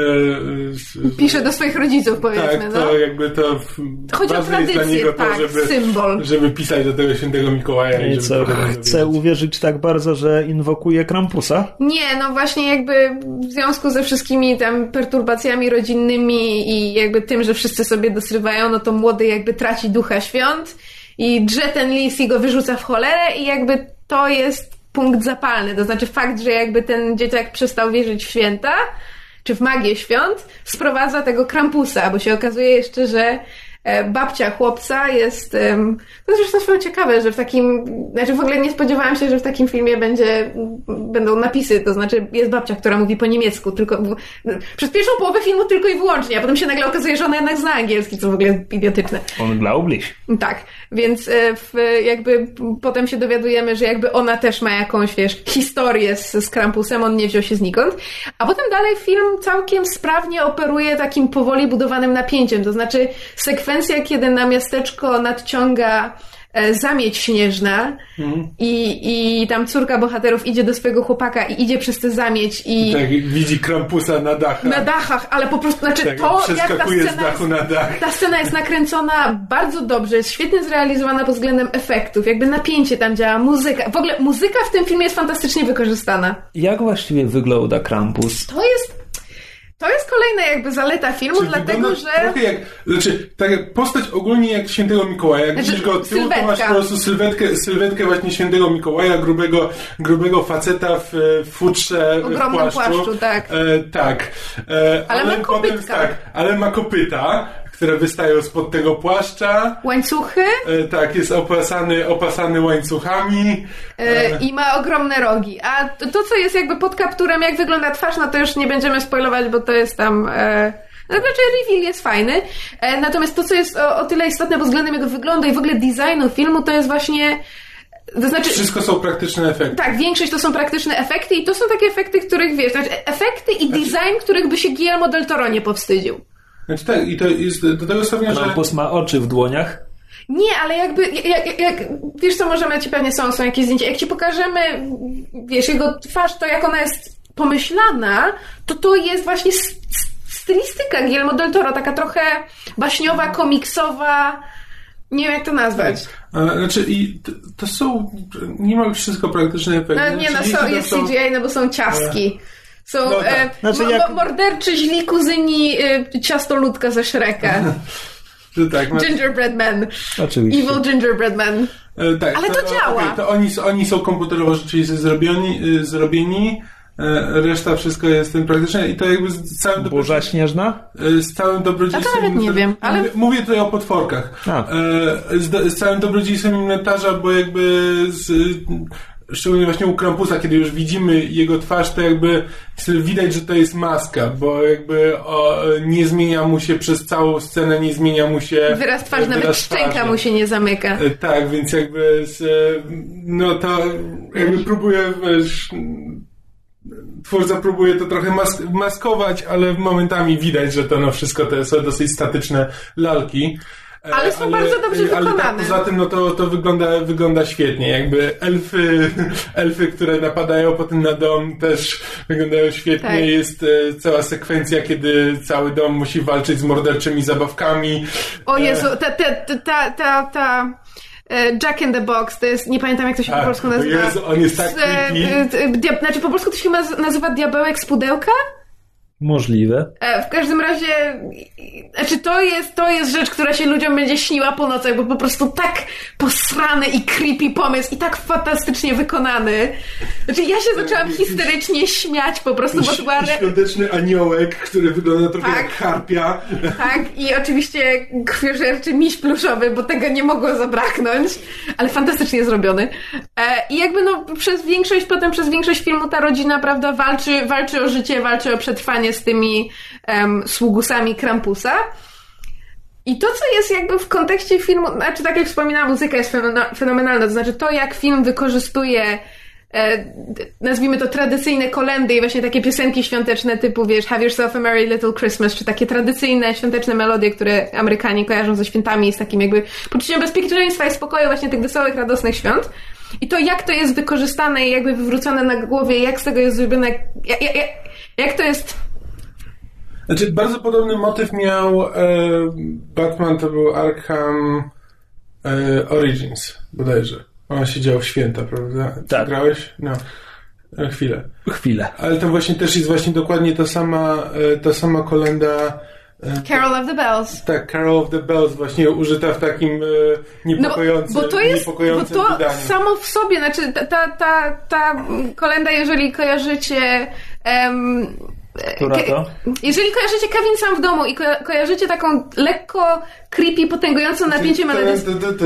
e, Pisze do swoich rodziców, powiedzmy. Tak, to no. jakby to... Chodzi o tradycję, jest dla niego tak, to, żeby, symbol. żeby pisać do tego świętego Mikołaja. I I żeby co, chce uwierzyć tak bardzo, że inwokuje Krampusa? Nie, no właśnie jakby w związku ze wszystkimi tam perturbacjami rodzinnymi i jakby tym, że wszyscy sobie dosrywają, no to młody jakby traci ducha świąt i drze ten lis i go wyrzuca w cholerę i jakby to jest punkt zapalny. To znaczy fakt, że jakby ten dzieciak przestał wierzyć w święta, czy w magię świąt, sprowadza tego Krampusa, bo się okazuje jeszcze, że babcia chłopca jest... To jest zresztą ciekawe, że w takim... Znaczy w ogóle nie spodziewałam się, że w takim filmie będzie, będą napisy, to znaczy jest babcia, która mówi po niemiecku, tylko... Przez pierwszą połowę filmu tylko i wyłącznie, a potem się nagle okazuje, że ona jednak zna angielski, co w ogóle jest idiotyczne. Unglaublich. Tak, więc w, jakby potem się dowiadujemy, że jakby ona też ma jakąś, wiesz, historię z, z Krampusem, on nie wziął się znikąd, a potem dalej film całkiem sprawnie operuje takim powoli budowanym napięciem, to znaczy sekwencja, kiedy na miasteczko nadciąga e, zamieć śnieżna mm. i, i tam córka bohaterów idzie do swojego chłopaka i idzie przez tę zamieć i... Tak, widzi Krampusa na dachach. Na dachach, ale po prostu, znaczy tak, to, jak ta scena, z dachu jest, na dach. ta scena jest nakręcona bardzo dobrze, jest świetnie zrealizowana pod względem efektów, jakby napięcie tam działa, muzyka. W ogóle muzyka w tym filmie jest fantastycznie wykorzystana. Jak właściwie wygląda Krampus? To jest... To jest kolejna jakby zaleta filmu, Czyli dlatego, że... Trochę jak, znaczy, tak jak postać ogólnie jak świętego Mikołaja. Jak znaczy, widzisz go od tyłu, sylwetka. to masz po prostu sylwetkę, sylwetkę właśnie świętego Mikołaja, grubego, grubego faceta w, w futrze, w ogromnym w płaszczu. płaszczu, tak. E, tak. E, ale, ale ma kopytka. Potem, tak, ale ma kopyta, które wystają spod tego płaszcza. Łańcuchy. E, tak, jest opasany, opasany łańcuchami. E, I ma ogromne rogi. A to, to, co jest jakby pod kapturem, jak wygląda twarz, no to już nie będziemy spoilować, bo to jest tam... E, no, znaczy reveal jest fajny. E, natomiast to, co jest o, o tyle istotne pod względem jego wyglądu i w ogóle designu filmu, to jest właśnie... To znaczy, wszystko są praktyczne efekty. Tak, większość to są praktyczne efekty i to są takie efekty, których, wiesz, znaczy efekty i znaczy, design, których by się Guillermo del Toro nie powstydził. Znaczy tak, i to jest do tego stopnia, że... Krampus ma oczy w dłoniach? Nie, ale jakby, jak, jak, wiesz co, możemy ci pewnie są, są jakieś zdjęcia, jak ci pokażemy, wiesz, jego twarz, to jak ona jest pomyślana, to to jest właśnie stylistyka Guillermo del Toro, taka trochę baśniowa, komiksowa, nie wiem jak to nazwać. A, znaczy i to, to są niemal wszystko praktyczne efekty. No nie, no są, jest są... C G I, no bo są ciastki. Są no, tak. e, znaczy, mo, jak... morderczy źli kuzyni e, ciastoludka ze Shreka. tak, Gingerbread Man. Oczywiście. Evil Gingerbread Man. E, tak, ale to, to działa. Okay, to oni, oni są komputerowo rzeczywiście zrobioni, y, zrobieni. Reszta wszystko jest tym praktyczne i to jakby z całym Burza śnieżna? Z całym dobrodziejstwem... A to nawet nie wiem, ale... Mówię, mówię tutaj o potworkach. Z, z całym dobrodziejstwem inwentarza, bo jakby z, szczególnie właśnie u Krampusa, kiedy już widzimy jego twarz, to jakby widać, że to jest maska, bo jakby o, nie zmienia mu się przez całą scenę, nie zmienia mu się wyraz twarzy, wyraz nawet szczęka twarzy. mu się nie zamyka. Tak, więc jakby z, no to jakby próbuje wiesz, twórca próbuje to trochę mas- maskować, ale momentami widać, że to no wszystko to są dosyć statyczne lalki. Ale są ale, bardzo dobrze ale wykonane. Tak, poza tym no to, to wygląda, wygląda świetnie. Jakby elfy, elfy, które napadają potem na dom, też wyglądają świetnie. Tak. Jest e, cała sekwencja, kiedy cały dom musi walczyć z morderczymi zabawkami. O Jezu, ta, ta, ta, ta, ta, ta Jack in the Box, to jest, nie pamiętam jak to się A, po polsku nazywa. Jezu, on jest tak creepy. Znaczy po polsku to się nazywa diabełek z pudełka? Możliwe. W każdym razie, znaczy to jest, to jest rzecz, która się ludziom będzie śniła po nocach, bo po prostu tak posrany i creepy pomysł i tak fantastycznie wykonany. Znaczy ja się zaczęłam histerycznie śmiać po prostu, bo to była... Świąteczny aniołek, który wygląda trochę tak, jak harpia. Tak, i oczywiście krwiożerczy miś pluszowy, bo tego nie mogło zabraknąć, ale fantastycznie zrobiony. I jakby no przez większość, potem przez większość filmu ta rodzina, prawda, walczy, walczy o życie, walczy o przetrwanie z tymi um, sługusami Krampusa. I to, co jest jakby w kontekście filmu, znaczy tak jak wspominałam, muzyka jest fenomenalna, to znaczy to, jak film wykorzystuje e, nazwijmy to tradycyjne kolędy i właśnie takie piosenki świąteczne typu, wiesz, Have Yourself a Merry Little Christmas, czy takie tradycyjne świąteczne melodie, które Amerykanie kojarzą ze świętami i z takim jakby poczuciem bezpieczeństwa i spokoju właśnie tych wesołych, radosnych świąt. I to, jak to jest wykorzystane i jakby wywrócone na głowie, jak z tego jest zrobione, jak, jak, jak to jest... Znaczy, bardzo podobny motyw miał e, Batman, to był Arkham e, Origins, bodajże. On się działo w święta, prawda? Tak. Grałeś? No. E, chwilę. Chwilę. Ale to właśnie też jest właśnie dokładnie ta sama, e, ta sama kolenda. E, Carol of the Bells. Tak, Carol of the Bells właśnie użyta w takim e, niepokojącym, no, bo to jest, niepokojącym bo to wydaniu. samo w sobie, znaczy ta, ta, ta, ta kolenda, jeżeli kojarzycie... Um, Która to? Jeżeli kojarzycie Kevin sam w domu i ko- kojarzycie taką lekko creepy, potęgującą napięcie melodii.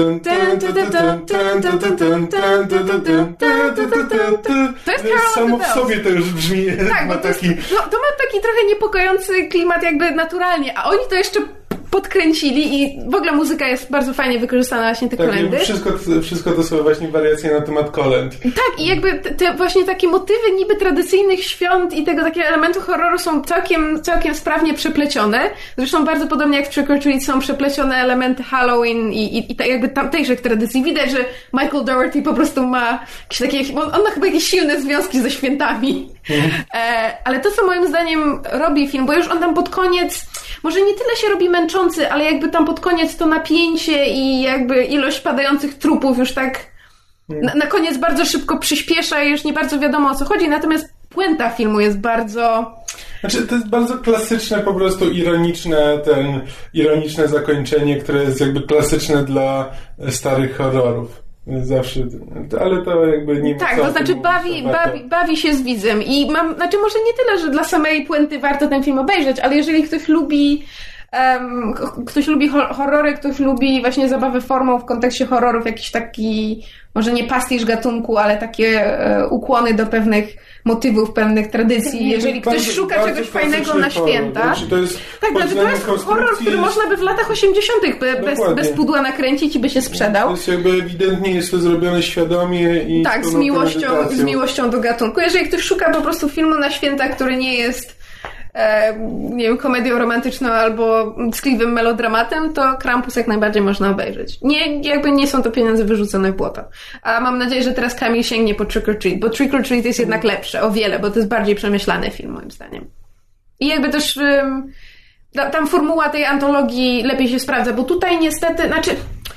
To jest Carol samo of the w sobie to już brzmi. Tak, ma bo to, taki... jest, no, to ma taki trochę niepokojący klimat jakby naturalnie, a oni to jeszcze podkręcili i w ogóle muzyka jest bardzo fajnie wykorzystana właśnie te tak, kolendy. Wszystko, wszystko to są właśnie wariacje na temat kolęd. Tak, i jakby te, te właśnie takie motywy niby tradycyjnych świąt i tego takiego elementu horroru są całkiem, całkiem sprawnie przeplecione. Zresztą bardzo podobnie jak w Trick or Treat są przeplecione elementy Halloween i, i, i tak jakby tamtejszych tradycji. Widać, że Michael Dougherty po prostu ma jakieś takie, on, on ma chyba jakieś silne związki ze świętami. Mhm. E, ale to, co moim zdaniem robi film, bo już on tam pod koniec, może nie tyle się robi męczący, ale jakby tam pod koniec to napięcie i jakby ilość padających trupów już tak na, na koniec bardzo szybko przyspiesza i już nie bardzo wiadomo, o co chodzi, natomiast puenta filmu jest bardzo... Znaczy, to jest bardzo klasyczne, po prostu ironiczne, ten ironiczne zakończenie, które jest jakby klasyczne dla starych horrorów. Zawsze, ale to jakby nie ma. Tak, to znaczy bawi, bawi, bawi się z widzem i mam, znaczy może nie tyle, że dla samej puenty warto ten film obejrzeć, ale jeżeli ktoś lubi um, ktoś lubi horrory, ktoś lubi właśnie zabawę formą w kontekście horrorów, jakiś taki, może nie pastisz gatunku, ale takie e, ukłony do pewnych motywów, pewnych tradycji. Jeżeli ktoś bardzo, szuka bardzo czegoś fajnego na święta. Znaczy to jest tak, znaczy to jest horror, który jest... można by w latach osiemdziesiątych be, bez, bez pudła nakręcić i by się sprzedał. To jest jakby ewidentnie jest to zrobione świadomie i tak, z miłością, z miłością do gatunku. Jeżeli ktoś szuka po prostu filmu na święta, który nie jest e, nie wiem, komedią romantyczną albo tkliwym melodramatem, to Krampus jak najbardziej można obejrzeć. Nie, jakby nie są to pieniądze wyrzucone w błoto. A mam nadzieję, że teraz Kamil sięgnie po Trick or Treat, bo Trick or Treat jest jednak lepsze, o wiele, bo to jest bardziej przemyślany film, moim zdaniem. I jakby też um, tam formuła tej antologii lepiej się sprawdza, bo tutaj niestety, znaczy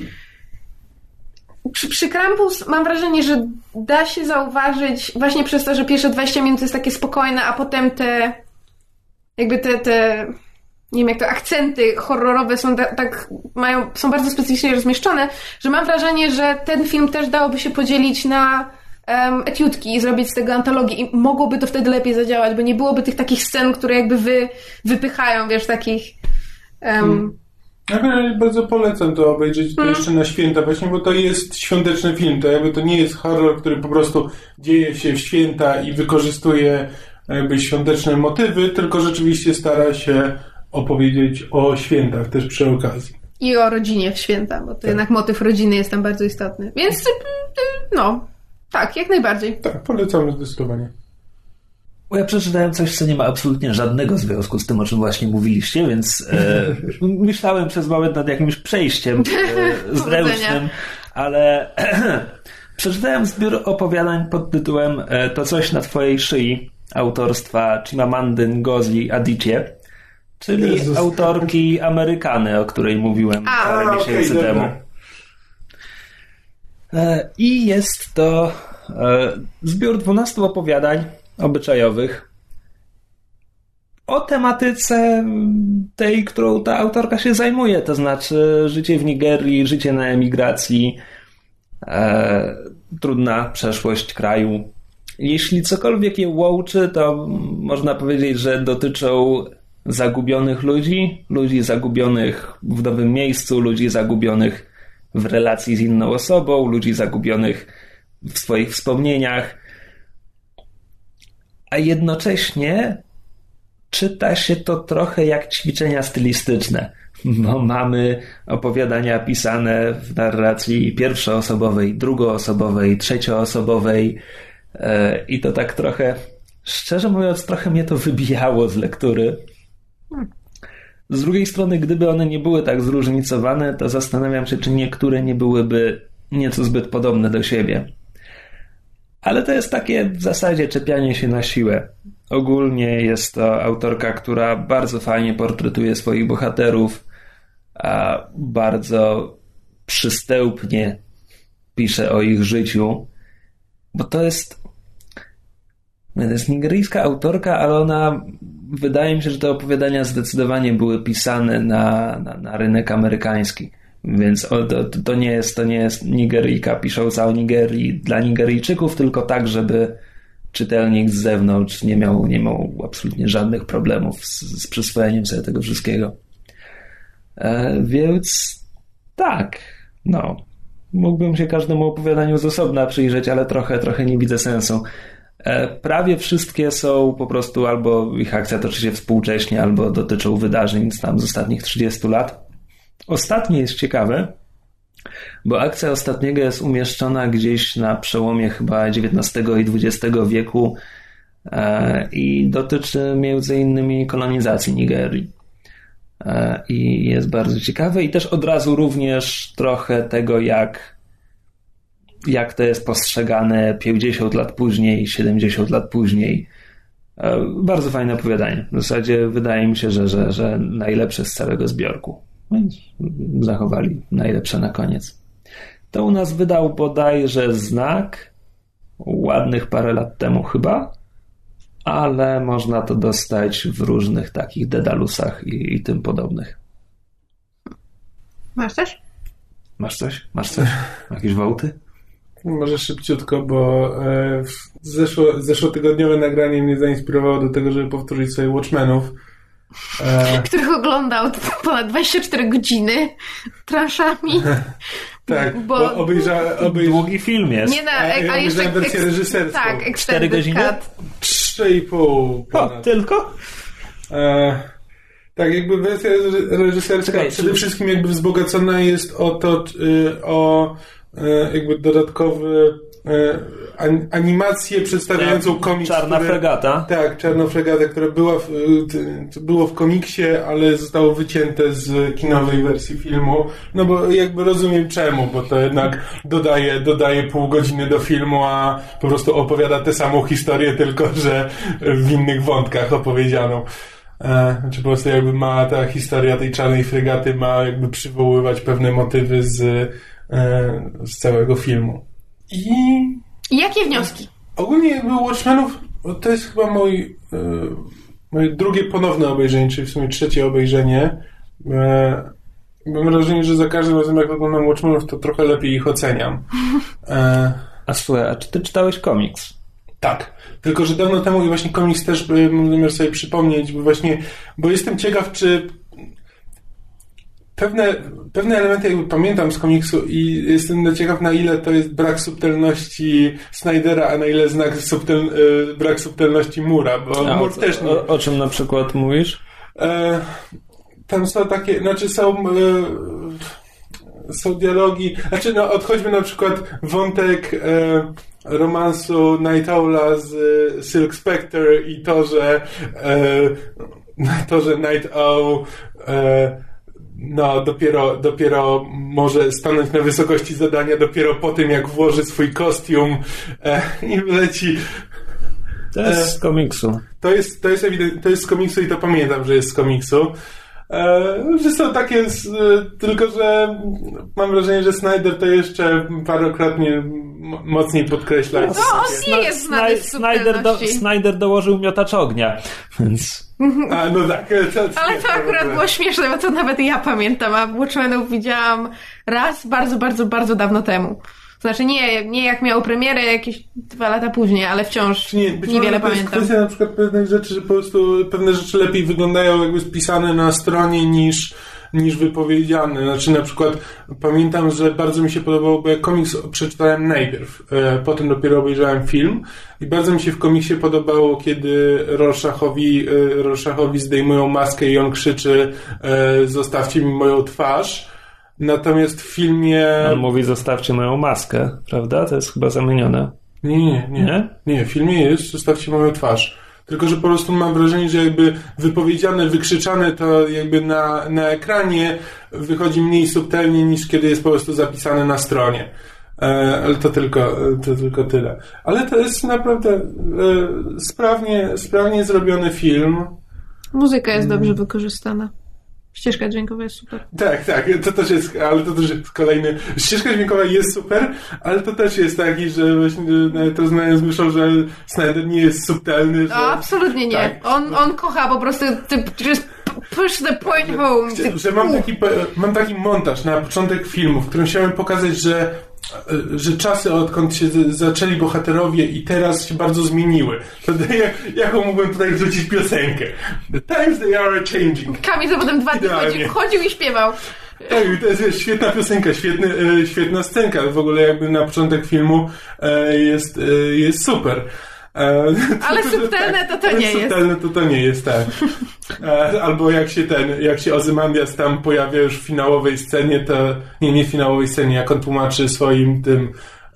przy, przy Krampus mam wrażenie, że da się zauważyć właśnie przez to, że pierwsze dwadzieścia minut jest takie spokojne, a potem te jakby te, te nie wiem jak to, akcenty horrorowe są da, tak, mają, są bardzo specyficznie rozmieszczone, że mam wrażenie, że ten film też dałoby się podzielić na um, etiudki i zrobić z tego antologię i mogłoby to wtedy lepiej zadziałać, bo nie byłoby tych takich scen, które jakby wy, wypychają, wiesz, takich um, hmm. Ja bardzo polecam to obejrzeć to jeszcze na święta właśnie, bo to jest świąteczny film. To jakby to nie jest horror, który po prostu dzieje się w święta i wykorzystuje jakby świąteczne motywy, tylko rzeczywiście stara się opowiedzieć o świętach też przy okazji. I o rodzinie w święta, bo to tak. Jednak motyw rodziny jest tam bardzo istotny. Więc no, tak, jak najbardziej. Tak, polecamy zdecydowanie. Ja przeczytałem coś, co nie ma absolutnie żadnego związku z tym, o czym właśnie mówiliście, więc e, myślałem przez moment nad jakimś przejściem e, zręcznym, ale przeczytałem zbiór opowiadań pod tytułem e, To coś na twojej szyi autorstwa Chimamandy Ngozi Adichie, czyli Jezus. autorki Amerykany, o której mówiłem A, parę miesięcy okay, temu. E, I jest to e, zbiór dwunastu opowiadań obyczajowych o tematyce tej, którą ta autorka się zajmuje, to znaczy życie w Nigerii, życie na emigracji, e, trudna przeszłość kraju. Jeśli cokolwiek je łączy, to można powiedzieć, że dotyczą zagubionych ludzi, ludzi zagubionych w nowym miejscu, ludzi zagubionych w relacji z inną osobą, ludzi zagubionych w swoich wspomnieniach. A jednocześnie czyta się to trochę jak ćwiczenia stylistyczne, bo mamy opowiadania pisane w narracji pierwszoosobowej, drugooosobowej, trzecioosobowej i to tak trochę, szczerze mówiąc, trochę mnie to wybijało z lektury. Z drugiej strony, gdyby one nie były tak zróżnicowane, to zastanawiam się, czy niektóre nie byłyby nieco zbyt podobne do siebie. Ale to jest takie w zasadzie czepianie się na siłę. Ogólnie jest to autorka, która bardzo fajnie portretuje swoich bohaterów, a bardzo przystępnie pisze o ich życiu, bo to jest, to jest nigeryjska autorka, ale ona, wydaje mi się, że te opowiadania zdecydowanie były pisane na, na, na rynek amerykański. Więc to, to, nie jest, to nie jest Nigeryjka pisząca o Nigerii dla Nigeryjczyków, tylko tak, żeby czytelnik z zewnątrz nie miał, nie miał absolutnie żadnych problemów z, z przyswojeniem sobie tego wszystkiego. E, więc tak, no. Mógłbym się każdemu opowiadaniu z osobna przyjrzeć, ale trochę, trochę nie widzę sensu. E, prawie wszystkie są po prostu albo ich akcja toczy się współcześnie, albo dotyczą wydarzeń tam z ostatnich trzydziestu lat. Ostatnie jest ciekawe, bo akcja ostatniego jest umieszczona gdzieś na przełomie chyba dziewiętnastego i dwudziestego wieku e, i dotyczy między innymi kolonizacji Nigerii. E, I jest bardzo ciekawe i też od razu również trochę tego, jak, jak to jest postrzegane pięćdziesiąt lat później, siedemdziesiąt lat później. E, bardzo fajne opowiadanie. W zasadzie wydaje mi się, że, że, że najlepsze z całego zbiorku. Więc zachowali najlepsze na koniec. To u nas wydał bodajże Znak ładnych parę lat temu chyba, ale można to dostać w różnych takich Dedalusach i, i tym podobnych. Masz coś? Masz coś? Masz coś? Jakieś wołty? Może szybciutko, bo e, zeszło, zeszłotygodniowe nagranie mnie zainspirowało do tego, żeby powtórzyć sobie Watchmenów. E... których oglądał ponad dwadzieścia cztery godziny transzami. Tak, bo, bo obejrzałem... Obejrza... Długi film jest. Nie, na, a, ja a jeszcze wersję reżyserską. Tak, cztery godziny? Trzy i pół. O, tylko? E... Tak, jakby wersja reżyserska Czekaj, przede czy... wszystkim jakby wzbogacona jest o to, o jakby dodatkowy animację przedstawiającą tak, komiks. Czarna które, fregata. Tak, Czarna fregata, która była w, było w komiksie, ale zostało wycięte z kinowej wersji filmu. No bo jakby rozumiem czemu, bo to jednak dodaje, dodaje pół godziny do filmu, a po prostu opowiada tę samą historię, tylko że w innych wątkach opowiedzianą. Znaczy po prostu jakby ma ta historia tej Czarnej fregaty ma jakby przywoływać pewne motywy z, z całego filmu. I I jakie wnioski? Ogólnie jakby Watchmenów to jest chyba mój, moje drugie ponowne obejrzenie, czyli w sumie trzecie obejrzenie. Mam wrażenie, że za każdym razem jak oglądam Watchmenów, to trochę lepiej ich oceniam. A słuchaj, a czy ty czytałeś komiks? Tak, tylko że dawno temu i właśnie komiks też bym miał sobie przypomnieć, bo właśnie, bo jestem ciekaw, czy pewne, pewne elementy jakby pamiętam z komiksu i jestem ciekaw, na ile to jest brak subtelności Snydera, a na ile znak subtel, brak subtelności Mura, bo a, Mur też nie... O, o czym na przykład mówisz? E, tam są takie, znaczy są... E, są dialogi, znaczy no odchodźmy na przykład wątek e, romansu Night Owla z e, Silk Spectre i to, że e, to, że Night Owl e, no dopiero, dopiero może stanąć na wysokości zadania dopiero po tym, jak włoży swój kostium e, i wleci. To jest z komiksu. To jest, to jest ewidentnie, to jest z komiksu i to pamiętam, że jest z komiksu. E, że są takie, z, e, tylko że mam wrażenie, że Snyder to jeszcze parokrotnie m- mocniej podkreśla. No, on nie jest znany z Snyder, do, subtelności. Snyder dołożył miotacz ognia, więc... A, no tak. To, to Ale to akurat było śmieszne, bo to nawet ja pamiętam, a Watchmenów widziałam raz bardzo, bardzo, bardzo dawno temu. Znaczy nie, nie jak miał premierę jakieś dwa lata później, ale wciąż Nie, być niewiele może to jest pamiętam. kwestia na przykład pewnych rzeczy, że po prostu pewne rzeczy lepiej wyglądają jakby spisane na stronie niż, niż wypowiedziane. Znaczy na przykład pamiętam, że bardzo mi się podobało, bo ja komiks przeczytałem najpierw, e, potem dopiero obejrzałem film i bardzo mi się w komiksie podobało, kiedy Rorschachowi, e, Rorschachowi zdejmują maskę i on krzyczy e, zostawcie mi moją twarz. Natomiast w filmie... On mówi, zostawcie moją maskę, prawda? To jest chyba zamienione. Nie, nie, nie. Nie? Nie, w filmie jest zostawcie moją twarz. Tylko, że po prostu mam wrażenie, że jakby wypowiedziane, wykrzyczane to jakby na, na ekranie wychodzi mniej subtelnie niż kiedy jest po prostu zapisane na stronie. E, ale to tylko, to tylko tyle. Ale to jest naprawdę e, sprawnie, sprawnie zrobiony film. Muzyka jest dobrze wykorzystana. Ścieżka dźwiękowa jest super. Tak, tak, to też jest, ale to też jest kolejny. Ścieżka dźwiękowa jest super, ale to też jest taki, że właśnie nawet rozmawiając z Myszą, że Snyder nie jest subtelny. Że... No, absolutnie nie. Tak. On, on kocha po prostu ty, just push the point home. Ty, Że mam taki, mam taki montaż na początek filmu, w którym chciałem pokazać, że że czasy, odkąd się zaczęli bohaterowie i teraz się bardzo zmieniły. To jak, jaką mógłbym tutaj wrzucić piosenkę? The times they are changing. Kamil za potem dwa dni chodził, chodził i śpiewał. Tak, to jest świetna piosenka, świetny, świetna scenka. W ogóle jakby na początek filmu jest, jest super. Ale subtelne to to nie jest. Subtelne to to nie jest, tak. Albo jak się ten, jak się Ozymandias tam pojawia już w finałowej scenie, to nie, nie w finałowej scenie, jak on tłumaczy swoim tym,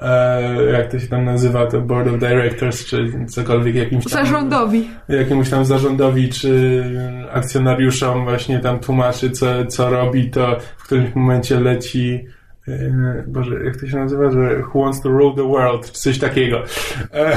jak to się tam nazywa, to Board of Directors, czy cokolwiek jakimś tam... Zarządowi. Jakiemuś tam zarządowi, czy akcjonariuszom właśnie tam tłumaczy, co, co robi, to w którymś momencie leci Boże, jak to się nazywa, że Who Wants to Rule the World, czy coś takiego. E,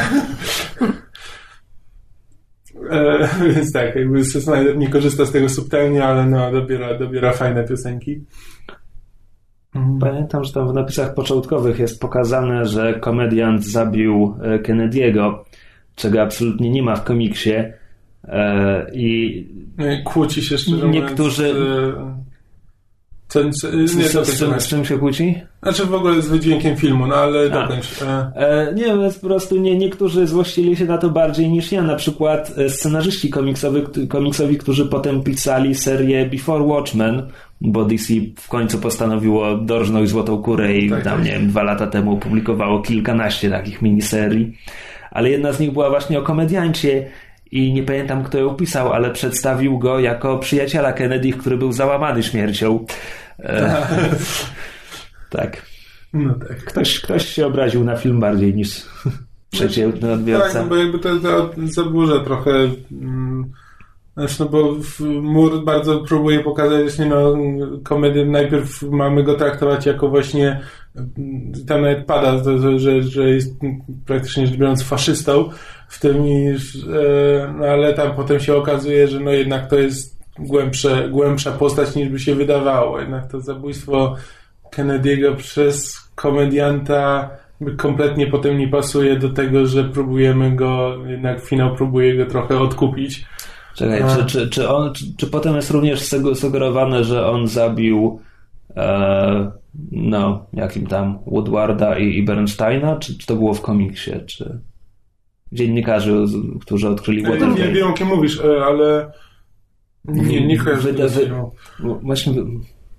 e, więc tak, jakby Snyder nie korzysta z tego subtelnie, ale no, dobiera, dobiera fajne piosenki. Pamiętam, że tam w napisach początkowych jest pokazane, że komediant zabił Kennedy'ego, czego absolutnie nie ma w komiksie. E, i kłóci się szczerze niektórzy... mówiąc, Co, co, nie, z, z, z, czym, z czym się kłóci? Znaczy w ogóle z wydźwiękiem filmu, no ale dokończ. E, nie, jest po prostu nie, niektórzy złościli się na to bardziej niż ja. Na przykład scenarzyści komiksowi, komiksowi, którzy potem pisali serię Before Watchmen, bo D C w końcu postanowiło dorżnąć Złotą Kurę i tak, tam, tak. nie wiem, dwa lata temu opublikowało kilkanaście takich miniserii. Ale jedna z nich była właśnie o komediancie i nie pamiętam, kto ją pisał, ale przedstawił go jako przyjaciela Kennedy, który był załamany śmiercią. E, tak. No tak. Ktoś, ktoś się obraził na film bardziej niż przeciętny odbiorca. Tak, no bo jakby to, to zaburza trochę... Mm, znaczy, no bo Moore bardzo próbuje pokazać właśnie, no, komedię, najpierw mamy go traktować jako właśnie, tam nawet pada, to, że, że jest praktycznie rzecz biorąc faszystą w tym, i, no, ale tam potem się okazuje, że no jednak to jest głębsze, głębsza postać niż by się wydawało. Jednak to zabójstwo Kennedy'ego przez komedianta kompletnie potem nie pasuje do tego, że próbujemy go, jednak finał próbuje go trochę odkupić. Czekaj, czy, czy, czy, on, czy, czy potem jest również sugerowane, że on zabił e, no, jakim tam Woodwarda i, i Bernsteina, czy, czy to było w komiksie, czy dziennikarzy, którzy odkryli Woodwarda? Ja nie wiem, o kim mówisz, ale nie, nie kojarzę. Wyda, wy, właśnie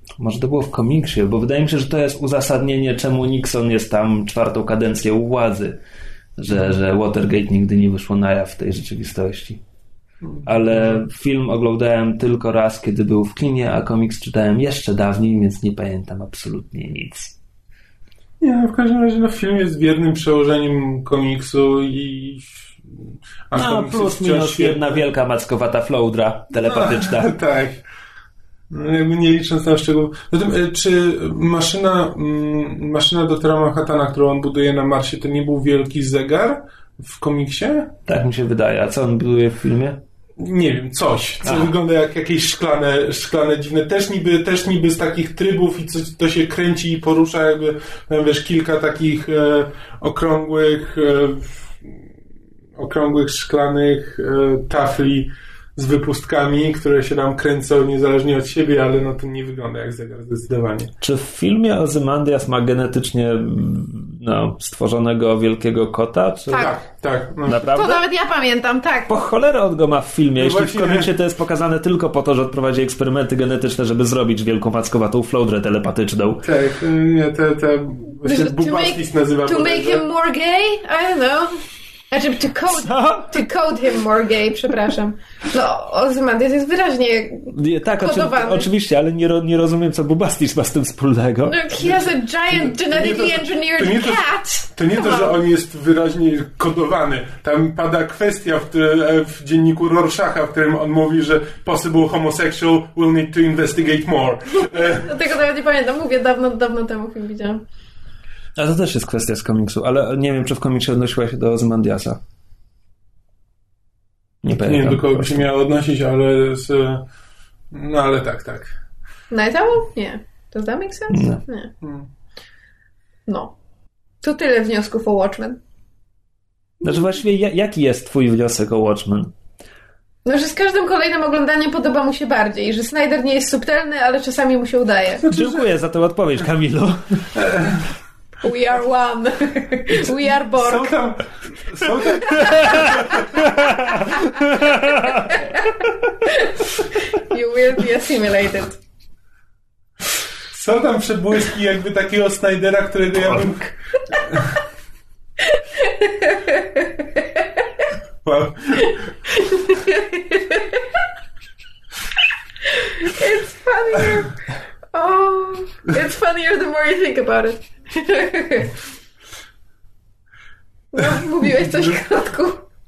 Może to było w komiksie, bo wydaje mi się, że to jest uzasadnienie, czemu Nixon jest tam czwartą kadencję u władzy. Że, że Watergate nigdy nie wyszło na jaw w tej rzeczywistości. Ale film oglądałem tylko raz, kiedy był w kinie, a komiks czytałem jeszcze dawniej, więc nie pamiętam absolutnie nic. Nie, no w każdym razie no, film jest wiernym przełożeniem komiksu i... A no, plus minus świetny. Jedna wielka mackowata flołdra telepatyczna. No, tak. No, jakby nie licząc tam szczegółów. Zatem, czy maszyna mm, maszyna doktora Manhattana, którą on buduje na Marsie, to nie był wielki zegar w komiksie? Tak mi się wydaje. A co on buduje w filmie? Nie wiem, coś, co A. wygląda jak jakieś szklane, szklane dziwne, też niby, też niby z takich trybów i co, to się kręci i porusza, jakby, wiesz, kilka takich e, okrągłych e, okrągłych, szklanych e, tafli z wypustkami, które się tam kręcą niezależnie od siebie, ale no to nie wygląda jak zegar zdecydowanie. Czy w filmie Ozymandias ma genetycznie no, stworzonego wielkiego kota? Czy... Tak. Tak, tak. No. Naprawdę? To nawet ja pamiętam, tak. Po cholerę on go ma w filmie, No jeśli właśnie. w komiksie to jest pokazane tylko po to, że odprowadzi eksperymenty genetyczne, żeby zrobić wielką mackowatą flołdrę telepatyczną. Tak, nie, te, te właśnie To Bubastis nazywa. To make him more gay? I don't know. Znaczy, to code, Co? to code him more gay, przepraszam. No, Ozymandias jest wyraźnie Nie, tak, oczy, kodowany. oczywiście, ale nie, ro, nie rozumiem, co Bubastis ma z tym wspólnego. No, he has a giant genetically to- engineered to nie to, że- cat. To nie to, że on jest wyraźnie kodowany. Tam pada kwestia w, które- w dzienniku Rorschacha, w którym on mówi, że possible homosexual will need to investigate more. E, No, tego nawet nie pamiętam. Mówię, dawno, dawno temu film widziałam. A to też jest kwestia z komiksu, ale nie wiem, czy w komiksie odnosiła się do Ozymandiasa. Nie nie pamiętam. wiem, do kogo po by się prostu. miało odnosić, ale z, no ale tak, tak. Night Owl? Nie. Does that make sense? Nie. Nie. Hmm. No. To tyle wniosków o Watchmen. Znaczy właściwie ja- jaki jest twój wniosek o Watchmen? No, że z każdym kolejnym oglądaniem podoba mu się bardziej. Że Snyder nie jest subtelny, ale czasami mu się udaje. Dziękuję za tę odpowiedź, Kamilu. We are one. We are Są Borg. tam, są tam, You will be assimilated. są tam przebłyski jakby takiego Snydera, którego ja bym... Wow. It's funnier. Oh, it's funnier the more you think about it. No, mówiłeś coś w krótku.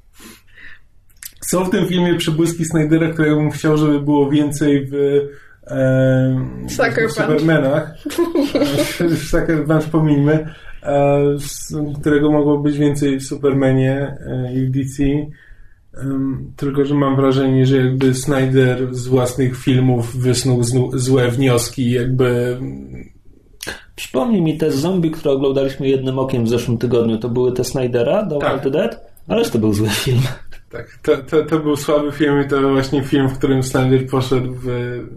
Są w tym filmie przebłyski Snydera, które bym chciał, żeby było więcej w, e, Sucker w Punch. Supermanach. W Sucker Punch pomijmy, e, z, którego mogło być więcej w Supermanie e, i w D C. Um, tylko, że mam wrażenie, że jakby Snyder z własnych filmów wysnuł znu, złe wnioski, jakby... Przypomnij mi, te zombie, które oglądaliśmy jednym okiem w zeszłym tygodniu, to były te Snydera, Dawn Tak. of the Dead? Ależ to był zły film. Tak, to, to, to był słaby film i to właśnie film, w którym Snyder poszedł w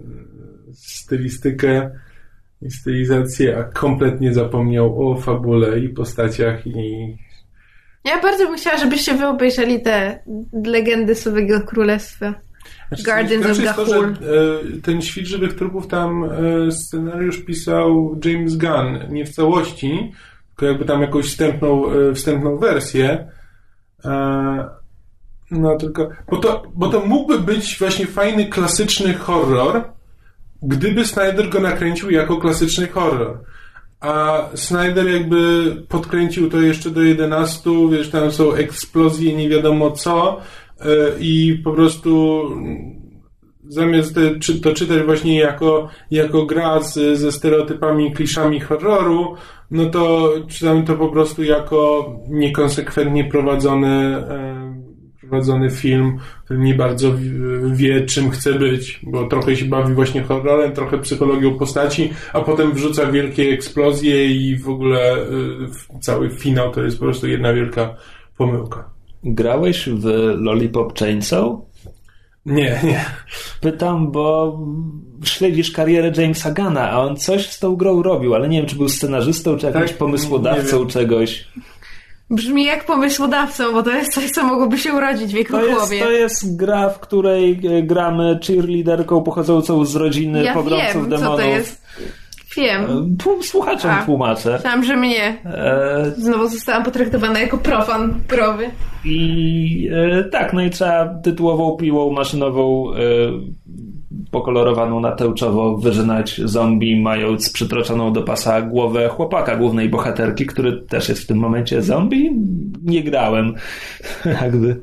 stylistykę i stylizację, a kompletnie zapomniał o fabule i postaciach i... Ja bardzo bym chciała, żebyście wy obejrzeli te legendy Sowego Królestwa. Znaczy, Guardians of jest to, że, Gahul. e, ten Świt Żywych Trupów tam e, scenariusz pisał James Gunn, nie w całości, tylko jakby tam jakąś wstępną, e, wstępną wersję. E, no tylko, bo to, bo to mógłby być właśnie fajny, klasyczny horror, gdyby Snyder go nakręcił jako klasyczny horror. A Snyder jakby podkręcił to jeszcze do jedenastu, wiesz, tam są eksplozje, nie wiadomo co, yy, i po prostu zamiast te, czy, to czytać właśnie jako, jako gra z, ze stereotypami, kliszami horroru, no to czytamy to po prostu jako niekonsekwentnie prowadzony, yy, prowadzony film, który nie bardzo wie, czym chce być, bo trochę się bawi właśnie horrorem, trochę psychologią postaci, a potem wrzuca wielkie eksplozje i w ogóle y, cały finał to jest po prostu jedna wielka pomyłka. Grałeś w Lollipop Chainsaw? Nie, nie. Pytam, bo śledzisz karierę Jamesa Gunna, a on coś z tą grą robił, ale nie wiem, czy był scenarzystą, czy jakimś Tak, pomysłodawcą nie wiem. czegoś. Brzmi jak pomysłodawcą, bo to jest coś, co mogłoby się urodzić w jego to głowie. Jest, to jest gra, w której gramy cheerleaderką pochodzącą z rodziny ja pogromców wiem, demonów. Co to jest. Wiem. Słuchaczom A, tłumaczę. Myślałam, że mnie. E... Znowu zostałam potraktowana jako profan growy. I e, tak, no i trzeba tytułową piłą maszynową e, pokolorowaną na tęczowo wyżynać zombie, mając przytroczoną do pasa głowę chłopaka głównej bohaterki, który też jest w tym momencie zombie. Nie grałem. Jakby.